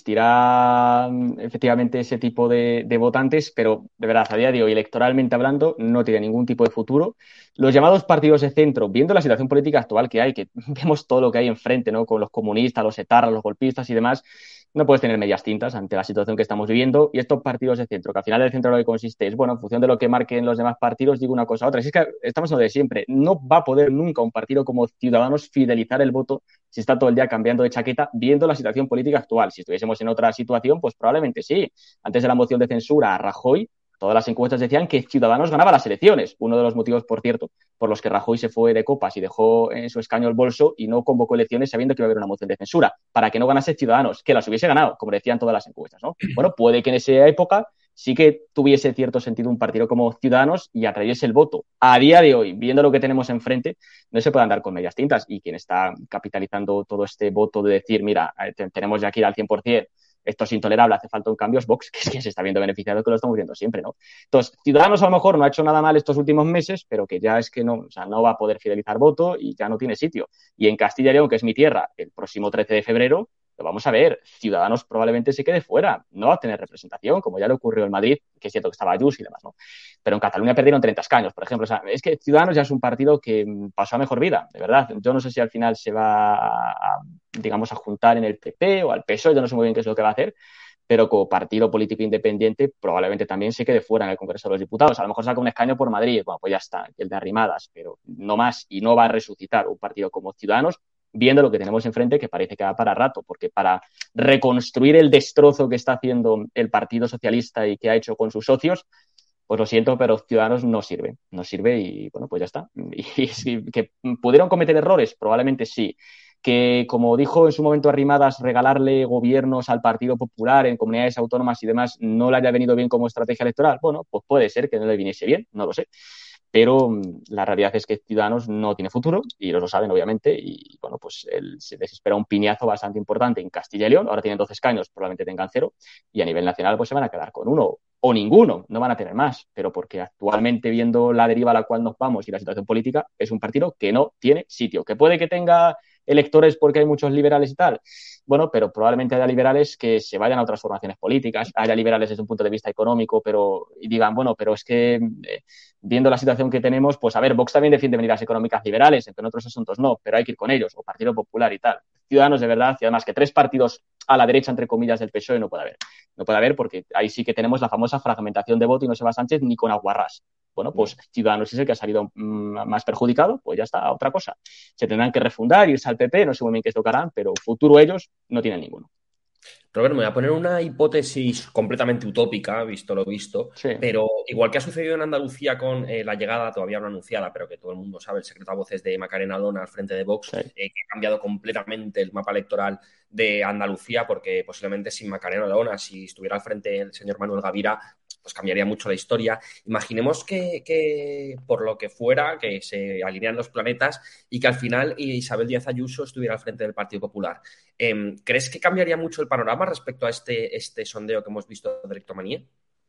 S5: existirá mm, efectivamente ese tipo de, de votantes, pero de verdad, a día de hoy, electoralmente hablando, no tiene ningún tipo de futuro. Los llamados partidos de centro, viendo la situación política actual que hay, que vemos todo lo que hay enfrente, ¿no? Con los comunistas, los etarras, los golpistas y demás, no puedes tener medias tintas ante la situación que estamos viviendo. Y estos partidos de centro, que al final el centro lo que consiste es, bueno, en función de lo que marquen los demás partidos, digo una cosa a otra. Si es que estamos en lo de siempre, no va a poder nunca un partido como Ciudadanos fidelizar el voto si está todo el día cambiando de chaqueta, viendo la situación política actual. Si estuviésemos en otra situación, pues probablemente sí. Antes de la moción de censura a Rajoy, todas las encuestas decían que Ciudadanos ganaba las elecciones. Uno de los motivos, por cierto, por los que Rajoy se fue de copas y dejó en su escaño el bolso y no convocó elecciones sabiendo que iba a haber una moción de censura, para que no ganase Ciudadanos, que las hubiese ganado, como decían todas las encuestas, ¿no? Bueno, puede que en esa época sí que tuviese cierto sentido un partido como Ciudadanos y atrayese el voto. A día de hoy, viendo lo que tenemos enfrente, no se puede andar con medias tintas. Y quien está capitalizando todo este voto de decir, mira, tenemos ya que ir al cien por ciento, esto es intolerable, hace falta un cambio, es Vox, que es que se está viendo beneficiado, que lo estamos viendo siempre, ¿no? Entonces, Ciudadanos a lo mejor no ha hecho nada mal estos últimos meses, pero que ya es que no, o sea, no va a poder fidelizar voto y ya no tiene sitio. Y en Castilla y León, que es mi tierra, el próximo trece de febrero, lo vamos a ver. Ciudadanos probablemente se quede fuera, no va a tener representación, como ya le ocurrió en Madrid, que es cierto que estaba Ayuso y demás, ¿no? Pero en Cataluña perdieron treinta escaños, por ejemplo. O sea, es que Ciudadanos ya es un partido que pasó a mejor vida, de verdad. Yo no sé si al final se va a, digamos, a juntar en el P P o al P S O E, yo no sé muy bien qué es lo que va a hacer, pero como partido político independiente probablemente también se quede fuera en el Congreso de los Diputados. A lo mejor saca un escaño por Madrid, bueno, pues ya está, el de Arrimadas, pero no más, y no va a resucitar un partido como Ciudadanos, viendo lo que tenemos enfrente, que parece que va para rato, porque para reconstruir el destrozo que está haciendo el Partido Socialista y que ha hecho con sus socios, pues lo siento, pero Ciudadanos no sirve, no sirve y bueno, pues ya está. Y, y que pudieron cometer errores, probablemente sí. Que, como dijo en su momento Arrimadas, regalarle gobiernos al Partido Popular en comunidades autónomas y demás no le haya venido bien como estrategia electoral. Bueno, pues puede ser que no le viniese bien, no lo sé. Pero la realidad es que Ciudadanos no tiene futuro y ellos lo saben, obviamente, y bueno, pues él se desespera un piñazo bastante importante en Castilla y León. Ahora tienen doce escaños, probablemente tengan cero, y a nivel nacional pues se van a quedar con uno o ninguno, no van a tener más, pero porque actualmente, viendo la deriva a la cual nos vamos y la situación política, es un partido que no tiene sitio, que puede que tenga electores porque hay muchos liberales y tal, bueno, pero probablemente haya liberales que se vayan a otras formaciones políticas, haya liberales desde un punto de vista económico, pero y digan, bueno, pero es que eh, viendo la situación que tenemos, pues a ver, Vox también defiende medidas económicas liberales, aunque en otros asuntos no, pero hay que ir con ellos, o Partido Popular y tal. Ciudadanos de verdad, y además que tres partidos a la derecha, entre comillas, del P S O E no puede haber. No puede haber porque ahí sí que tenemos la famosa fragmentación de voto y no se va Sánchez ni con Aguarrás. Bueno, pues Ciudadanos es el que ha salido mmm, más perjudicado, pues ya está, otra cosa. Se tendrán que refundar, irse al P P, no sé muy bien qué es lo que harán, pero futuro ellos no tienen ninguno.
S4: Robert, me voy a poner una hipótesis completamente utópica, visto lo visto,
S5: Sí.
S4: pero igual que ha sucedido en Andalucía con eh, la llegada todavía no anunciada, pero que todo el mundo sabe, el secreto a voces de Macarena Olona al frente de Vox,
S5: Sí.
S4: eh, que ha cambiado completamente el mapa electoral de Andalucía, porque posiblemente sin Macarena Olona, si estuviera al frente el señor Manuel Gavira, pues cambiaría mucho la historia. Imaginemos que, que por lo que fuera, que se alinean los planetas y que al final Isabel Díaz Ayuso estuviera al frente del Partido Popular. Eh, ¿Crees que cambiaría mucho el panorama respecto a este, este sondeo que hemos visto de Electomanía?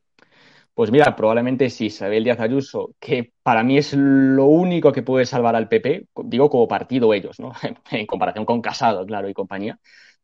S5: Pues mira, probablemente sí, Isabel Díaz Ayuso, que para mí es lo único que puede salvar al P P, digo como partido ellos, ¿no? En comparación con Casado, claro, y compañía.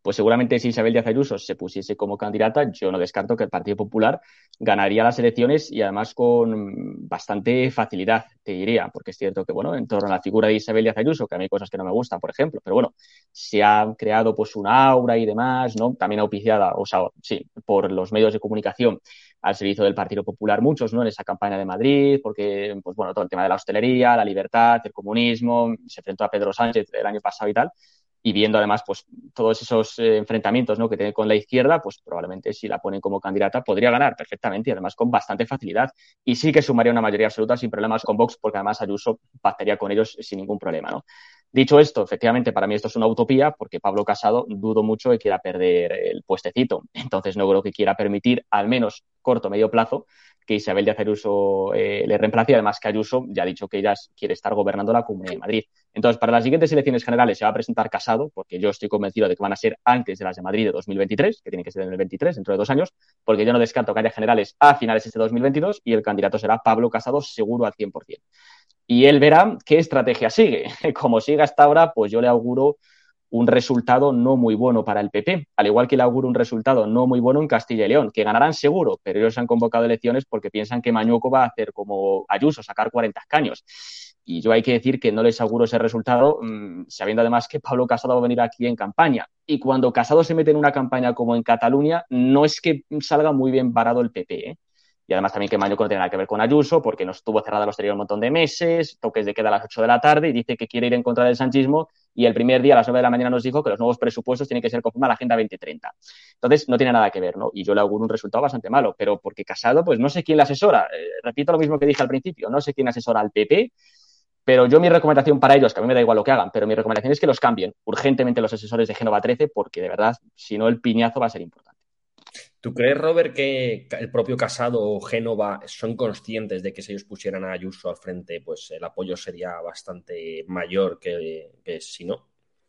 S5: pues seguramente si Isabel Díaz Ayuso se pusiese como candidata, yo no descarto que el Partido Popular ganaría las elecciones y además con bastante facilidad, te diría, porque es cierto que, bueno, en torno a la figura de Isabel Díaz Ayuso, que a mí hay cosas que no me gustan, por ejemplo, pero bueno, se ha creado pues una aura y demás, ¿no? También auspiciada, o sea, sí, por los medios de comunicación al servicio del Partido Popular, muchos, ¿no? En esa campaña de Madrid, porque, pues bueno, todo el tema de la hostelería, la libertad, el comunismo, se enfrentó a Pedro Sánchez el año pasado y tal, y viendo además pues todos esos eh, enfrentamientos, ¿no? que tiene con la izquierda, pues probablemente si la ponen como candidata podría ganar perfectamente y además con bastante facilidad. Y sí que sumaría una mayoría absoluta sin problemas con Vox, porque además Ayuso pactaría con ellos sin ningún problema, ¿no? Dicho esto, efectivamente, para mí esto es una utopía, porque Pablo Casado dudo mucho que quiera perder el puestecito. Entonces no creo que quiera permitir, al menos corto o medio plazo, que Isabel Díaz Ayuso eh, le reemplace, y además que Ayuso ya ha dicho que ella quiere estar gobernando la Comunidad de Madrid. Entonces, para las siguientes elecciones generales se va a presentar Casado, porque yo estoy convencido de que van a ser antes de las de Madrid de dos mil veintitrés, que tienen que ser en el veintitrés, dentro de dos años, porque yo no descarto que haya generales a finales de este dos mil veintidós y el candidato será Pablo Casado seguro al cien por ciento. Y él verá qué estrategia sigue. Como siga hasta ahora, pues yo le auguro un resultado no muy bueno para el P P, al igual que le auguro un resultado no muy bueno en Castilla y León, que ganarán seguro, pero ellos han convocado elecciones porque piensan que Mañueco va a hacer como Ayuso, sacar cuarenta escaños. Y yo hay que decir que no les auguro ese resultado, mmm, sabiendo además que Pablo Casado va a venir aquí en campaña. Y cuando Casado se mete en una campaña como en Cataluña, no es que salga muy bien parado el P P, ¿eh? Y además también que Mañueco no tiene nada que ver con Ayuso, porque nos estuvo cerrada la hostelería un montón de meses, toques de queda a las ocho de la tarde, y dice que quiere ir en contra del sanchismo, y el primer día a las nueve de la mañana nos dijo que los nuevos presupuestos tienen que ser conforme a la Agenda veinte treinta. Entonces, no tiene nada que ver, ¿no? Y yo le auguro un resultado bastante malo, pero porque Casado, pues no sé quién le asesora. Eh, repito lo mismo que dije al principio, no sé quién asesora al P P, pero yo mi recomendación para ellos, que a mí me da igual lo que hagan, pero mi recomendación es que los cambien urgentemente los asesores de Génova trece, porque de verdad, si no, el piñazo va a ser importante.
S4: ¿Tú crees, Robert, que el propio Casado o Génova son conscientes de que si ellos pusieran a Ayuso al frente, pues el apoyo sería bastante mayor que, que si no?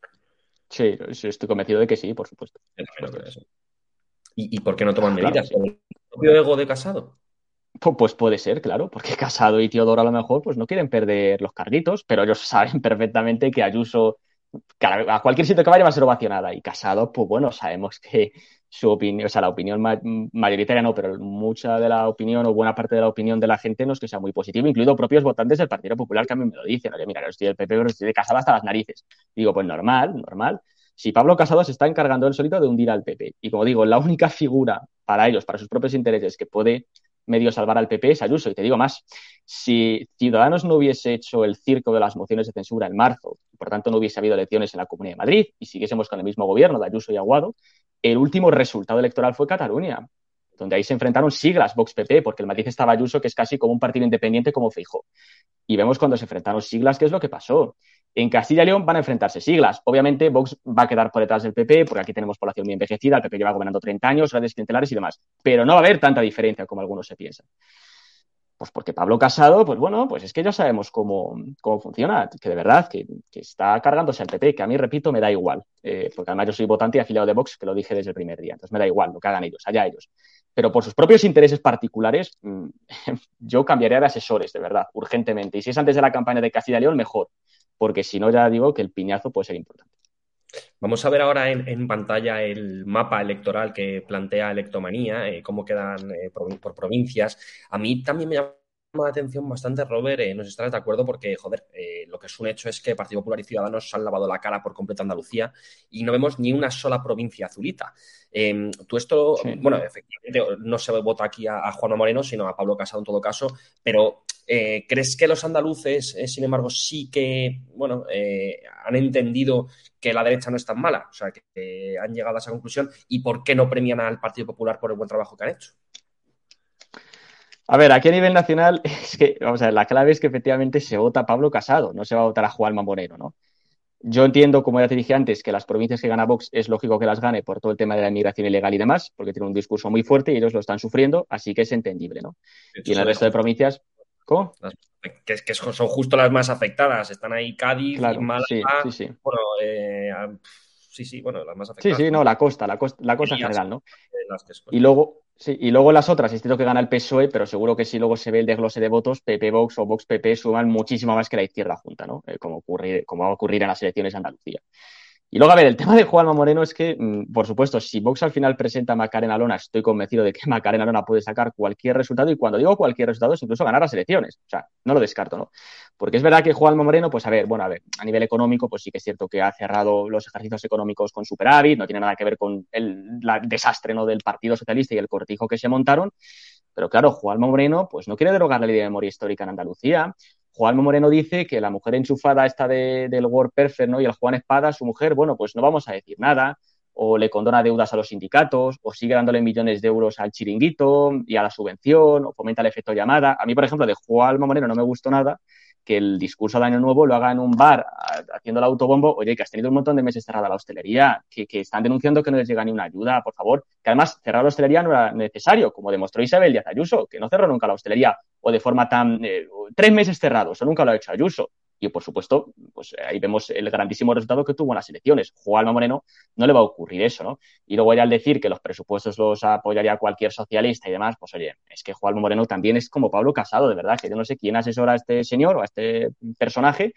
S5: Sí, estoy convencido de que sí, por supuesto.
S4: Yo también creo eso. ¿Y, ¿Y por qué no toman
S5: Claro,
S4: medidas?
S5: sí.
S4: ¿Por el propio ego de Casado?
S5: Pues puede ser, claro, porque Casado y Teodoro a lo mejor pues no quieren perder los carguitos, pero ellos saben perfectamente que Ayuso a cualquier sitio que vaya va a ser ovacionada. Y Casado, pues bueno, sabemos que su opinión, o sea, la opinión ma mayoritaria no, pero mucha de la opinión o buena parte de la opinión de la gente no es que sea muy positiva, incluido propios votantes del Partido Popular que a mí me lo dicen. Oye, mira, yo estoy del P P, pero estoy de Casado hasta las narices. Y digo, pues normal, normal. Si Pablo Casado se está encargando él solito de hundir al P P. Y como digo, la única figura para ellos, para sus propios intereses, que puede medio salvar al P P es Ayuso. Y te digo más, si Ciudadanos no hubiese hecho el circo de las mociones de censura en marzo, por tanto no hubiese habido elecciones en la Comunidad de Madrid y siguiésemos con el mismo gobierno de Ayuso y Aguado, el último resultado electoral fue Cataluña, donde ahí se enfrentaron siglas Vox-P P, porque el matiz estaba Ayuso, que es casi como un partido independiente como Feijóo. Y vemos cuando se enfrentaron siglas qué es lo que pasó. En Castilla y León van a enfrentarse siglas. Obviamente Vox va a quedar por detrás del P P, porque aquí tenemos población muy envejecida, el P P lleva gobernando treinta años, grandes clientelares y demás. Pero no va a haber tanta diferencia como algunos se piensan. Pues porque Pablo Casado, pues bueno, pues es que ya sabemos cómo, cómo funciona, que de verdad, que, que está cargándose al P P, que a mí, repito, me da igual, eh, porque además yo soy votante y afiliado de Vox, que lo dije desde el primer día, entonces me da igual lo que hagan ellos, allá ellos. Pero por sus propios intereses particulares, mmm, yo cambiaría de asesores, de verdad, urgentemente. Y si es antes de la campaña de Castilla y León, mejor, porque si no, ya digo que el piñazo puede ser importante.
S4: Vamos a ver ahora en, en pantalla el mapa electoral que plantea Electomanía, eh, cómo quedan eh, por, por provincias. A mí también me llama la atención bastante, Robert, eh, no sé si estarás de acuerdo, porque, joder, eh, lo que es un hecho es que Partido Popular y Ciudadanos se han lavado la cara por completo a Andalucía y no vemos ni una sola provincia azulita. Eh, tú esto, sí. Bueno, efectivamente, no se vota aquí a, a Juanma Moreno, sino a Pablo Casado en todo caso, pero eh, ¿crees que los andaluces, eh, sin embargo, sí que, bueno, eh, han entendido que la derecha no es tan mala? O sea, que, que han llegado a esa conclusión. ¿Y por qué no premian al Partido Popular por el buen trabajo que han hecho?
S5: A ver, aquí a nivel nacional, es que, vamos a ver, la clave es que efectivamente se vota a Pablo Casado, no se va a votar a Juanma Moreno, ¿no? Yo entiendo, como ya te dije antes, que las provincias que gana Vox es lógico que las gane por todo el tema de la inmigración ilegal y demás, porque tiene un discurso muy fuerte y ellos lo están sufriendo, así que es entendible, ¿no? Y en el resto de provincias, ¿cómo?
S4: Que, que son justo las más afectadas, están ahí Cádiz,
S5: claro,
S4: Málaga,
S5: sí, sí, sí.
S4: Bueno, eh, sí, sí, bueno, las más afectadas.
S5: Sí, sí, no, la costa, la costa, la costa en general, ¿no? Y luego, sí, y luego las otras, es cierto que gana el P S O E, pero seguro que si luego se ve el desglose de votos, P P Vox o Vox P P suman muchísimo más que la izquierda junta, ¿no? Eh, como, ocurrir, como va a ocurrir en las elecciones de Andalucía. Y luego, a ver, el tema de Juanma Moreno es que, por supuesto, si Vox al final presenta a Macarena Olona, estoy convencido de que Macarena Olona puede sacar cualquier resultado, y cuando digo cualquier resultado es incluso ganar las elecciones. O sea, no lo descarto, ¿no? Porque es verdad que Juanma Moreno, pues a ver, bueno, a ver, a nivel económico, pues sí que es cierto que ha cerrado los ejercicios económicos con superávit, no tiene nada que ver con el la, desastre, ¿no?, del Partido Socialista y el cortijo que se montaron. Pero claro, Juanma Moreno pues no quiere derogar la ley de memoria histórica en Andalucía. Juanma Moreno dice que la mujer enchufada esta de, del Word Perfect, ¿no?, y el Juan Espada, su mujer, bueno, pues no vamos a decir nada, o le condona deudas a los sindicatos, o sigue dándole millones de euros al chiringuito y a la subvención, o fomenta el efecto llamada. A mí, por ejemplo, de Juanma Moreno no me gustó nada que el discurso de Año Nuevo lo haga en un bar haciendo el autobombo. Oye, que has tenido un montón de meses cerrada la hostelería, que, que están denunciando que no les llega ni una ayuda, por favor. Que además cerrar la hostelería no era necesario, como demostró Isabel Díaz Ayuso, que no cerró nunca la hostelería o de forma tan... Eh, tres meses cerrados, o nunca lo ha hecho Ayuso. Y, por supuesto, pues ahí vemos el grandísimo resultado que tuvo en las elecciones. Juanma Moreno no le va a ocurrir eso, ¿no? Y luego ya al decir que los presupuestos los apoyaría cualquier socialista y demás, pues oye, es que Juanma Moreno también es como Pablo Casado, de verdad, que yo no sé quién asesora a este señor o a este personaje,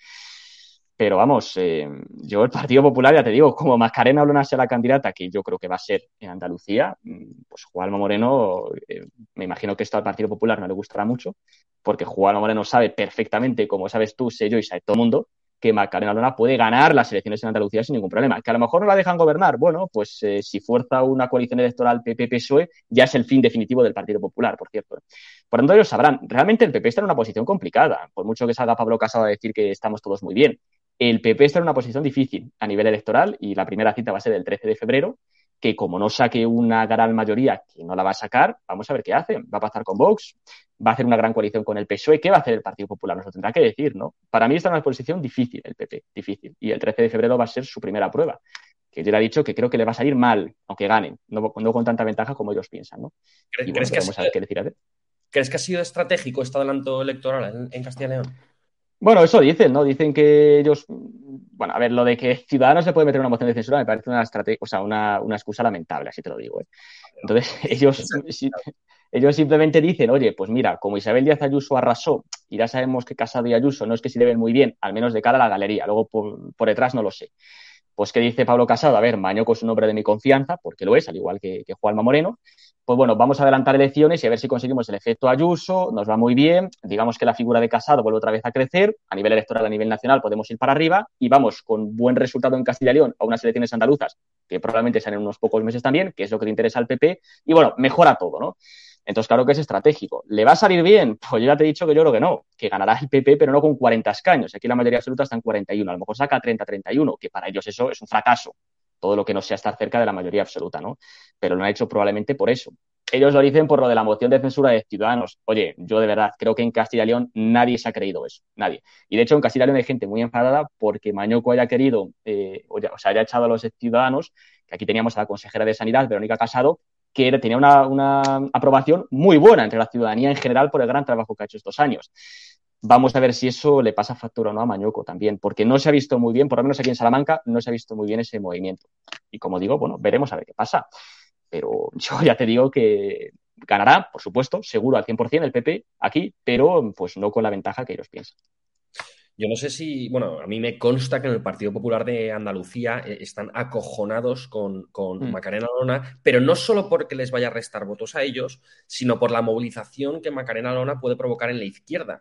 S5: pero vamos, eh, yo el Partido Popular, ya te digo, como Macarena Olona sea la candidata, que yo creo que va a ser en Andalucía, pues Juanma Moreno, eh, me imagino que esto al Partido Popular no le gustará mucho, porque Juanma Moreno sabe perfectamente, como sabes tú, sé yo y sabe todo el mundo, que Macarena Olona puede ganar las elecciones en Andalucía sin ningún problema. Que a lo mejor no la dejan gobernar, bueno, pues eh, si fuerza una coalición electoral P P P S O E, ya es el fin definitivo del Partido Popular, por cierto. Por tanto, ellos sabrán, realmente el P P está en una posición complicada, por mucho que salga Pablo Casado a decir que estamos todos muy bien. El P P está en una posición difícil a nivel electoral y la primera cita va a ser el trece de febrero, que como no saque una gran mayoría, que no la va a sacar, vamos a ver qué hace. Va a pasar con Vox, va a hacer una gran coalición con el P S O E. ¿Qué va a hacer el Partido Popular? Nos lo tendrá que decir, ¿no? Para mí está en una posición difícil el P P, difícil. Y el trece de febrero va a ser su primera prueba, que yo le he dicho que creo que le va a salir mal, aunque ganen, no, no con tanta ventaja como ellos piensan, ¿no?
S4: ¿Crees,
S5: y bueno,
S4: que
S5: vamos
S4: sido,
S5: a ver qué decir a ver.
S4: ¿Crees que ha sido estratégico este adelanto electoral en, en Castilla y León?
S5: Bueno, eso dicen, ¿no? Dicen que ellos... Bueno, a ver, lo de que Ciudadanos se puede meter una moción de censura me parece una estrategia, o sea, una, una excusa lamentable, así te lo digo, ¿eh? Entonces, ellos, si, ellos simplemente dicen, oye, pues mira, como Isabel Díaz Ayuso arrasó, y ya sabemos que Casado y Ayuso no es que se lleven muy bien, al menos de cara a la galería, luego por, por detrás no lo sé. Pues, ¿qué dice Pablo Casado? A ver, Mañoco es un hombre de mi confianza, porque lo es, al igual que, que Juanma Moreno. Pues bueno, vamos a adelantar elecciones y a ver si conseguimos el efecto Ayuso, nos va muy bien, digamos que la figura de Casado vuelve otra vez a crecer, a nivel electoral, a nivel nacional podemos ir para arriba y vamos con buen resultado en Castilla y León a unas elecciones andaluzas, que probablemente sean en unos pocos meses también, que es lo que le interesa al P P, y bueno, mejora todo, ¿no? Entonces, claro que es estratégico. ¿Le va a salir bien? Pues yo ya te he dicho que yo creo que no, que ganará el P P, pero no con cuarenta escaños. Aquí la mayoría absoluta está en cuarenta y uno, a lo mejor saca treinta a treinta y uno, que para ellos eso es un fracaso, todo lo que no sea estar cerca de la mayoría absoluta, ¿no? Pero lo han hecho probablemente por eso. Ellos lo dicen por lo de la moción de censura de Ciudadanos. Oye, yo de verdad creo que en Castilla y León nadie se ha creído eso, nadie. Y de hecho en Castilla y León hay gente muy enfadada porque Mañoco haya querido, eh, o, ya, o sea, haya echado a los Ciudadanos, que aquí teníamos a la consejera de Sanidad, Verónica Casado, que era, tenía una, una aprobación muy buena entre la ciudadanía en general por el gran trabajo que ha hecho estos años. Vamos a ver si eso le pasa factura o no a Mañoco también, porque no se ha visto muy bien, por lo menos aquí en Salamanca, no se ha visto muy bien ese movimiento. Y como digo, bueno, veremos a ver qué pasa. Pero yo ya te digo que ganará, por supuesto, seguro al cien por ciento el P P aquí, pero pues no con la ventaja que ellos piensan.
S4: Yo no sé si, bueno, a mí me consta que en el Partido Popular de Andalucía eh, están acojonados con, con mm. Macarena Olona, pero no solo porque les vaya a restar votos a ellos, sino por la movilización que Macarena Olona puede provocar en la izquierda.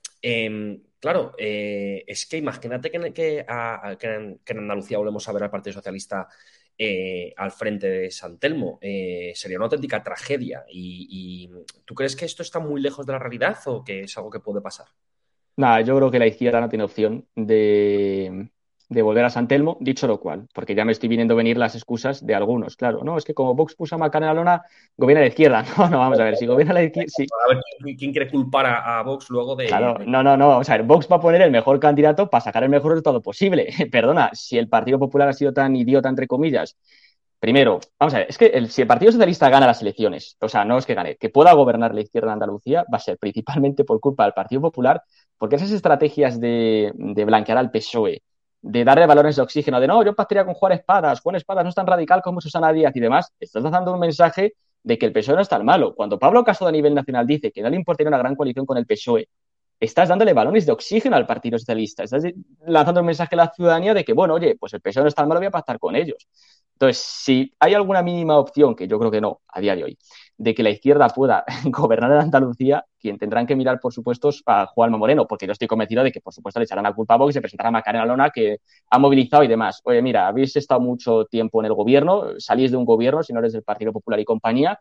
S4: Eh, claro, eh, es que imagínate que, que, a, que, en, que en Andalucía volvemos a ver al Partido Socialista eh, al frente de San Telmo. Eh, sería una auténtica tragedia. Y, y ¿tú crees que esto está muy lejos de la realidad o que es algo que puede pasar?
S5: Nada, yo creo que la izquierda no tiene opción de, de volver a San Telmo, dicho lo cual, porque ya me estoy viendo venir las excusas de algunos, claro, no, es que como Vox puso a Macarena Olona, gobierna la izquierda. No, no, vamos a ver, si gobierna la izquierda... Sí.
S4: A ver, ¿quién, quién quiere culpar a, a Vox luego de...?
S5: Claro,
S4: de...
S5: no, no, no, vamos a ver, Vox va a poner el mejor candidato para sacar el mejor resultado posible. Perdona, si el Partido Popular ha sido tan idiota, entre comillas... Primero, vamos a ver, es que el, si el Partido Socialista gana las elecciones, o sea, no es que gane, que pueda gobernar la izquierda en Andalucía, va a ser principalmente por culpa del Partido Popular, porque esas estrategias de, de blanquear al P S O E, de darle balones de oxígeno, de no, yo pactaría con Juan Espadas, Juan Espadas no es tan radical como Susana Díaz y demás, estás dando un mensaje de que el P S O E no es tan malo. Cuando Pablo Casado a nivel nacional dice que no le importaría una gran coalición con el P S O E, estás dándole balones de oxígeno al Partido Socialista. Estás lanzando un mensaje a la ciudadanía de que, bueno, oye, pues el P S O E no está mal, voy a pactar con ellos. Entonces, si hay alguna mínima opción, que yo creo que no, a día de hoy, de que la izquierda pueda gobernar en Andalucía, quien tendrán que mirar, por supuesto, a Juanma Moreno, porque yo estoy convencido de que, por supuesto, le echarán la culpa a Vox y se presentará a Macarena Olona, que ha movilizado y demás. Oye, mira, habéis estado mucho tiempo en el gobierno, salís de un gobierno, si no eres del Partido Popular y compañía.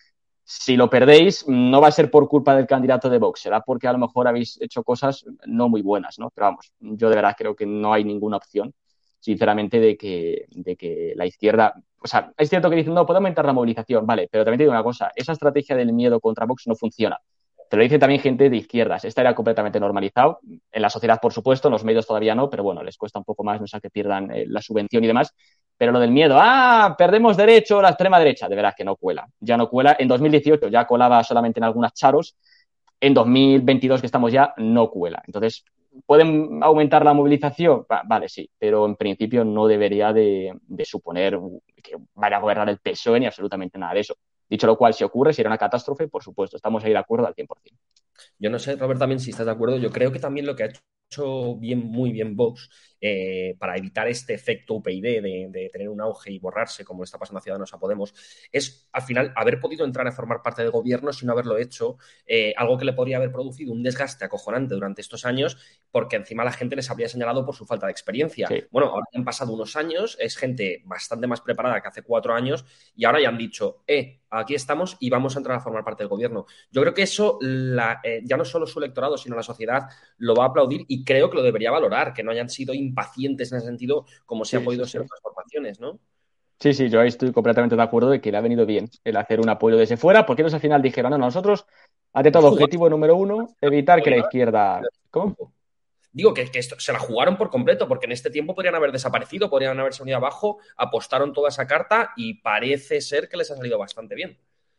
S5: Si lo perdéis, no va a ser por culpa del candidato de Vox, será porque a lo mejor habéis hecho cosas no muy buenas, ¿no? Pero vamos, yo de verdad creo que no hay ninguna opción, sinceramente, de que, de que la izquierda... O sea, es cierto que dicen, no, puede aumentar la movilización, vale, pero también te digo una cosa, esa estrategia del miedo contra Vox no funciona. Te lo dice también gente de izquierdas. Esta era completamente normalizado. En la sociedad, por supuesto, en los medios todavía no, pero bueno, les cuesta un poco más, no sé, que pierdan eh, la subvención y demás. Pero lo del miedo, ah, perdemos derecho, la extrema derecha, de verdad que no cuela. Ya no cuela. En dos mil dieciocho ya colaba solamente en algunas charos. En dos mil veintidós, que estamos ya, no cuela. Entonces, ¿pueden aumentar la movilización? Va, vale, sí, pero en principio no debería de, de suponer que vaya a gobernar el P S O E ni absolutamente nada de eso. Dicho lo cual, si ocurre, será una catástrofe, por supuesto, estamos ahí de acuerdo al cien por ciento.
S4: Yo no sé, Robert, también si estás de acuerdo. Yo creo que también lo que ha hecho bien, muy bien Vox eh, para evitar este efecto U P yD de, de tener un auge y borrarse, como está pasando a Ciudadanos a Podemos, es al final haber podido entrar a formar parte del gobierno sin haberlo hecho, eh, algo que le podría haber producido un desgaste acojonante durante estos años, porque encima la gente les habría señalado por su falta de experiencia.
S5: Sí.
S4: Bueno, ahora han pasado unos años, es gente bastante más preparada que hace cuatro años y ahora ya han dicho, eh, aquí estamos y vamos a entrar a formar parte del gobierno. Yo creo que eso la, eh, ya no solo su electorado, sino la sociedad lo va a aplaudir y creo que lo debería valorar, que no hayan sido impacientes en ese sentido como se
S5: Sí,
S4: ha podido
S5: sí,
S4: ser
S5: sí.
S4: otras formaciones, ¿no?
S5: Sí, sí, yo ahí estoy completamente de acuerdo de que le ha venido bien el hacer un apoyo desde fuera, porque ellos al final dijeron, no, nosotros, ante todo, objetivo número uno, evitar que la izquierda... ¿Cómo?
S4: Digo que, que esto, se la jugaron por completo, porque en este tiempo podrían haber desaparecido, podrían haberse venido abajo, apostaron toda esa carta y parece ser que les ha salido bastante bien.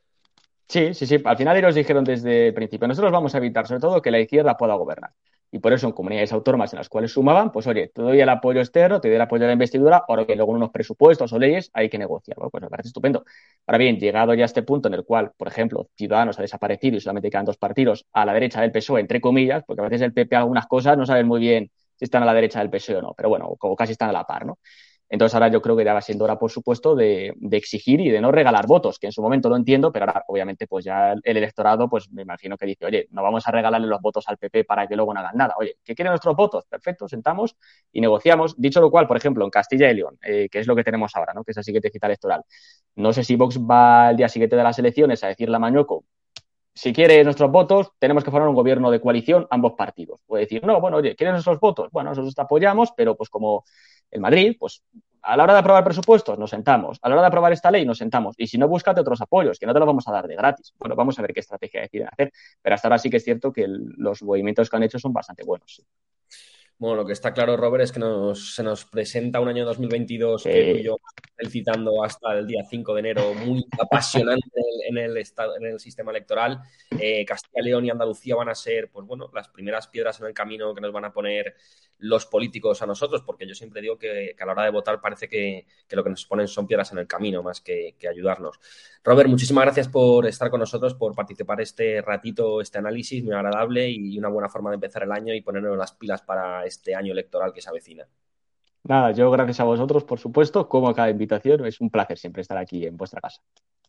S5: Sí, sí, sí. Al final ellos dijeron desde el principio, nosotros vamos a evitar sobre todo que la izquierda pueda gobernar. Y por eso en comunidades autónomas en las cuales sumaban, pues oye, te doy el apoyo externo, te doy el apoyo de la investidura, ahora que luego en unos presupuestos o leyes hay que negociar. Bueno, pues me parece estupendo. Ahora bien, llegado ya a este punto en el cual, por ejemplo, Ciudadanos ha desaparecido y solamente quedan dos partidos a la derecha del P S O E, entre comillas, porque a veces el P P algunas cosas no saben muy bien si están a la derecha del P S O E o no, pero bueno, como casi están a la par, ¿no? Entonces ahora yo creo que ya va siendo hora, por supuesto, de, de exigir y de no regalar votos, que en su momento lo entiendo, pero ahora obviamente pues ya el electorado pues me imagino que dice, oye, no vamos a regalarle los votos al P P para que luego no hagan nada. Oye, ¿qué quieren nuestros votos? Perfecto, sentamos y negociamos. Dicho lo cual, por ejemplo, en Castilla y León, eh, que es lo que tenemos ahora, ¿no? Que es la siguiente cita electoral. No sé si Vox va al día siguiente de las elecciones a decirle a Mañueco, si quiere nuestros votos, tenemos que formar un gobierno de coalición, ambos partidos. Puede decir, no, bueno, oye, ¿quieren nuestros votos? Bueno, nosotros te apoyamos, pero pues como en Madrid, pues a la hora de aprobar presupuestos nos sentamos, a la hora de aprobar esta ley nos sentamos, y si no, búscate otros apoyos, que no te los vamos a dar de gratis. Bueno, vamos a ver qué estrategia deciden hacer, pero hasta ahora sí que es cierto que el, los movimientos que han hecho son bastante buenos. Sí.
S4: Bueno, lo que está claro, Robert, es que nos, se nos presenta un año dos mil veintidós que tú y
S5: Eh,
S4: yo felicitando hasta el día cinco de enero, muy apasionante en el, en el, estado, en el sistema electoral. Eh, Castilla, León y Andalucía van a ser, pues bueno, las primeras piedras en el camino que nos van a poner los políticos a nosotros, porque yo siempre digo que, que a la hora de votar parece que, que lo que nos ponen son piedras en el camino más que, que ayudarnos. Robert, muchísimas gracias por estar con nosotros, por participar este ratito, este análisis muy agradable y una buena forma de empezar el año y ponernos las pilas para este año electoral que se avecina.
S5: Nada, yo gracias a vosotros, por supuesto, como a cada invitación, es un placer siempre estar aquí en vuestra casa.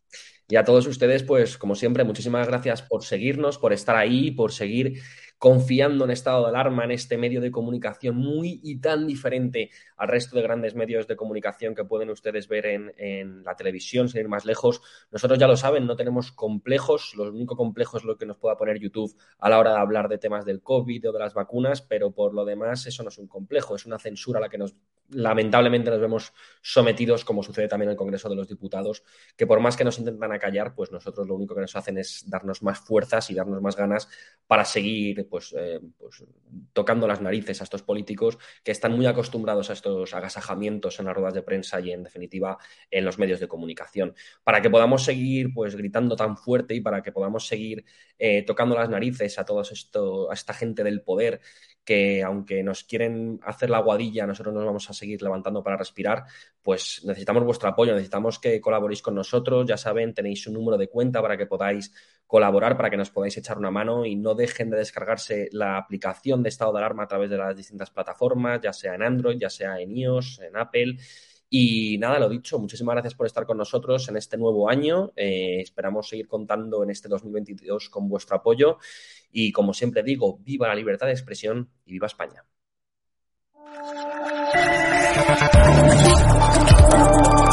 S4: Y a todos ustedes, pues como siempre, muchísimas gracias por seguirnos, por estar ahí, por seguir confiando en estado de alarma, en este medio de comunicación muy y tan diferente al resto de grandes medios de comunicación que pueden ustedes ver en, en la televisión, sin ir más lejos. Nosotros ya lo saben, no tenemos complejos, lo único complejo es lo que nos pueda poner YouTube a la hora de hablar de temas del COVID o de las vacunas, pero por lo demás eso no es un complejo, es una censura a la que nos lamentablemente nos vemos sometidos, como sucede también en el Congreso de los Diputados, que por más que nos intentan acallar, pues nosotros lo único que nos hacen es darnos más fuerzas y darnos más ganas para seguir pues, eh, pues, tocando las narices a estos políticos que están muy acostumbrados a estos agasajamientos en las ruedas de prensa y, en definitiva, en los medios de comunicación. Para que podamos seguir pues, gritando tan fuerte y para que podamos seguir eh, tocando las narices a todos esto, a esta gente del poder que, aunque nos quieren hacer la guadilla, nosotros nos vamos a seguir levantando para respirar, pues necesitamos vuestro apoyo, necesitamos que colaboréis con nosotros. Ya saben, tenéis un número de cuenta para que podáis colaborar, para que nos podáis echar una mano, y no dejen de descargarse la aplicación de estado de alarma a través de las distintas plataformas, ya sea en Android, ya sea en iOS, en Apple. Y nada, lo dicho, muchísimas gracias por estar con nosotros en este nuevo año. Eh, esperamos seguir contando en este dos mil veintidós con vuestro apoyo. Y como siempre digo, viva la libertad de expresión y viva España.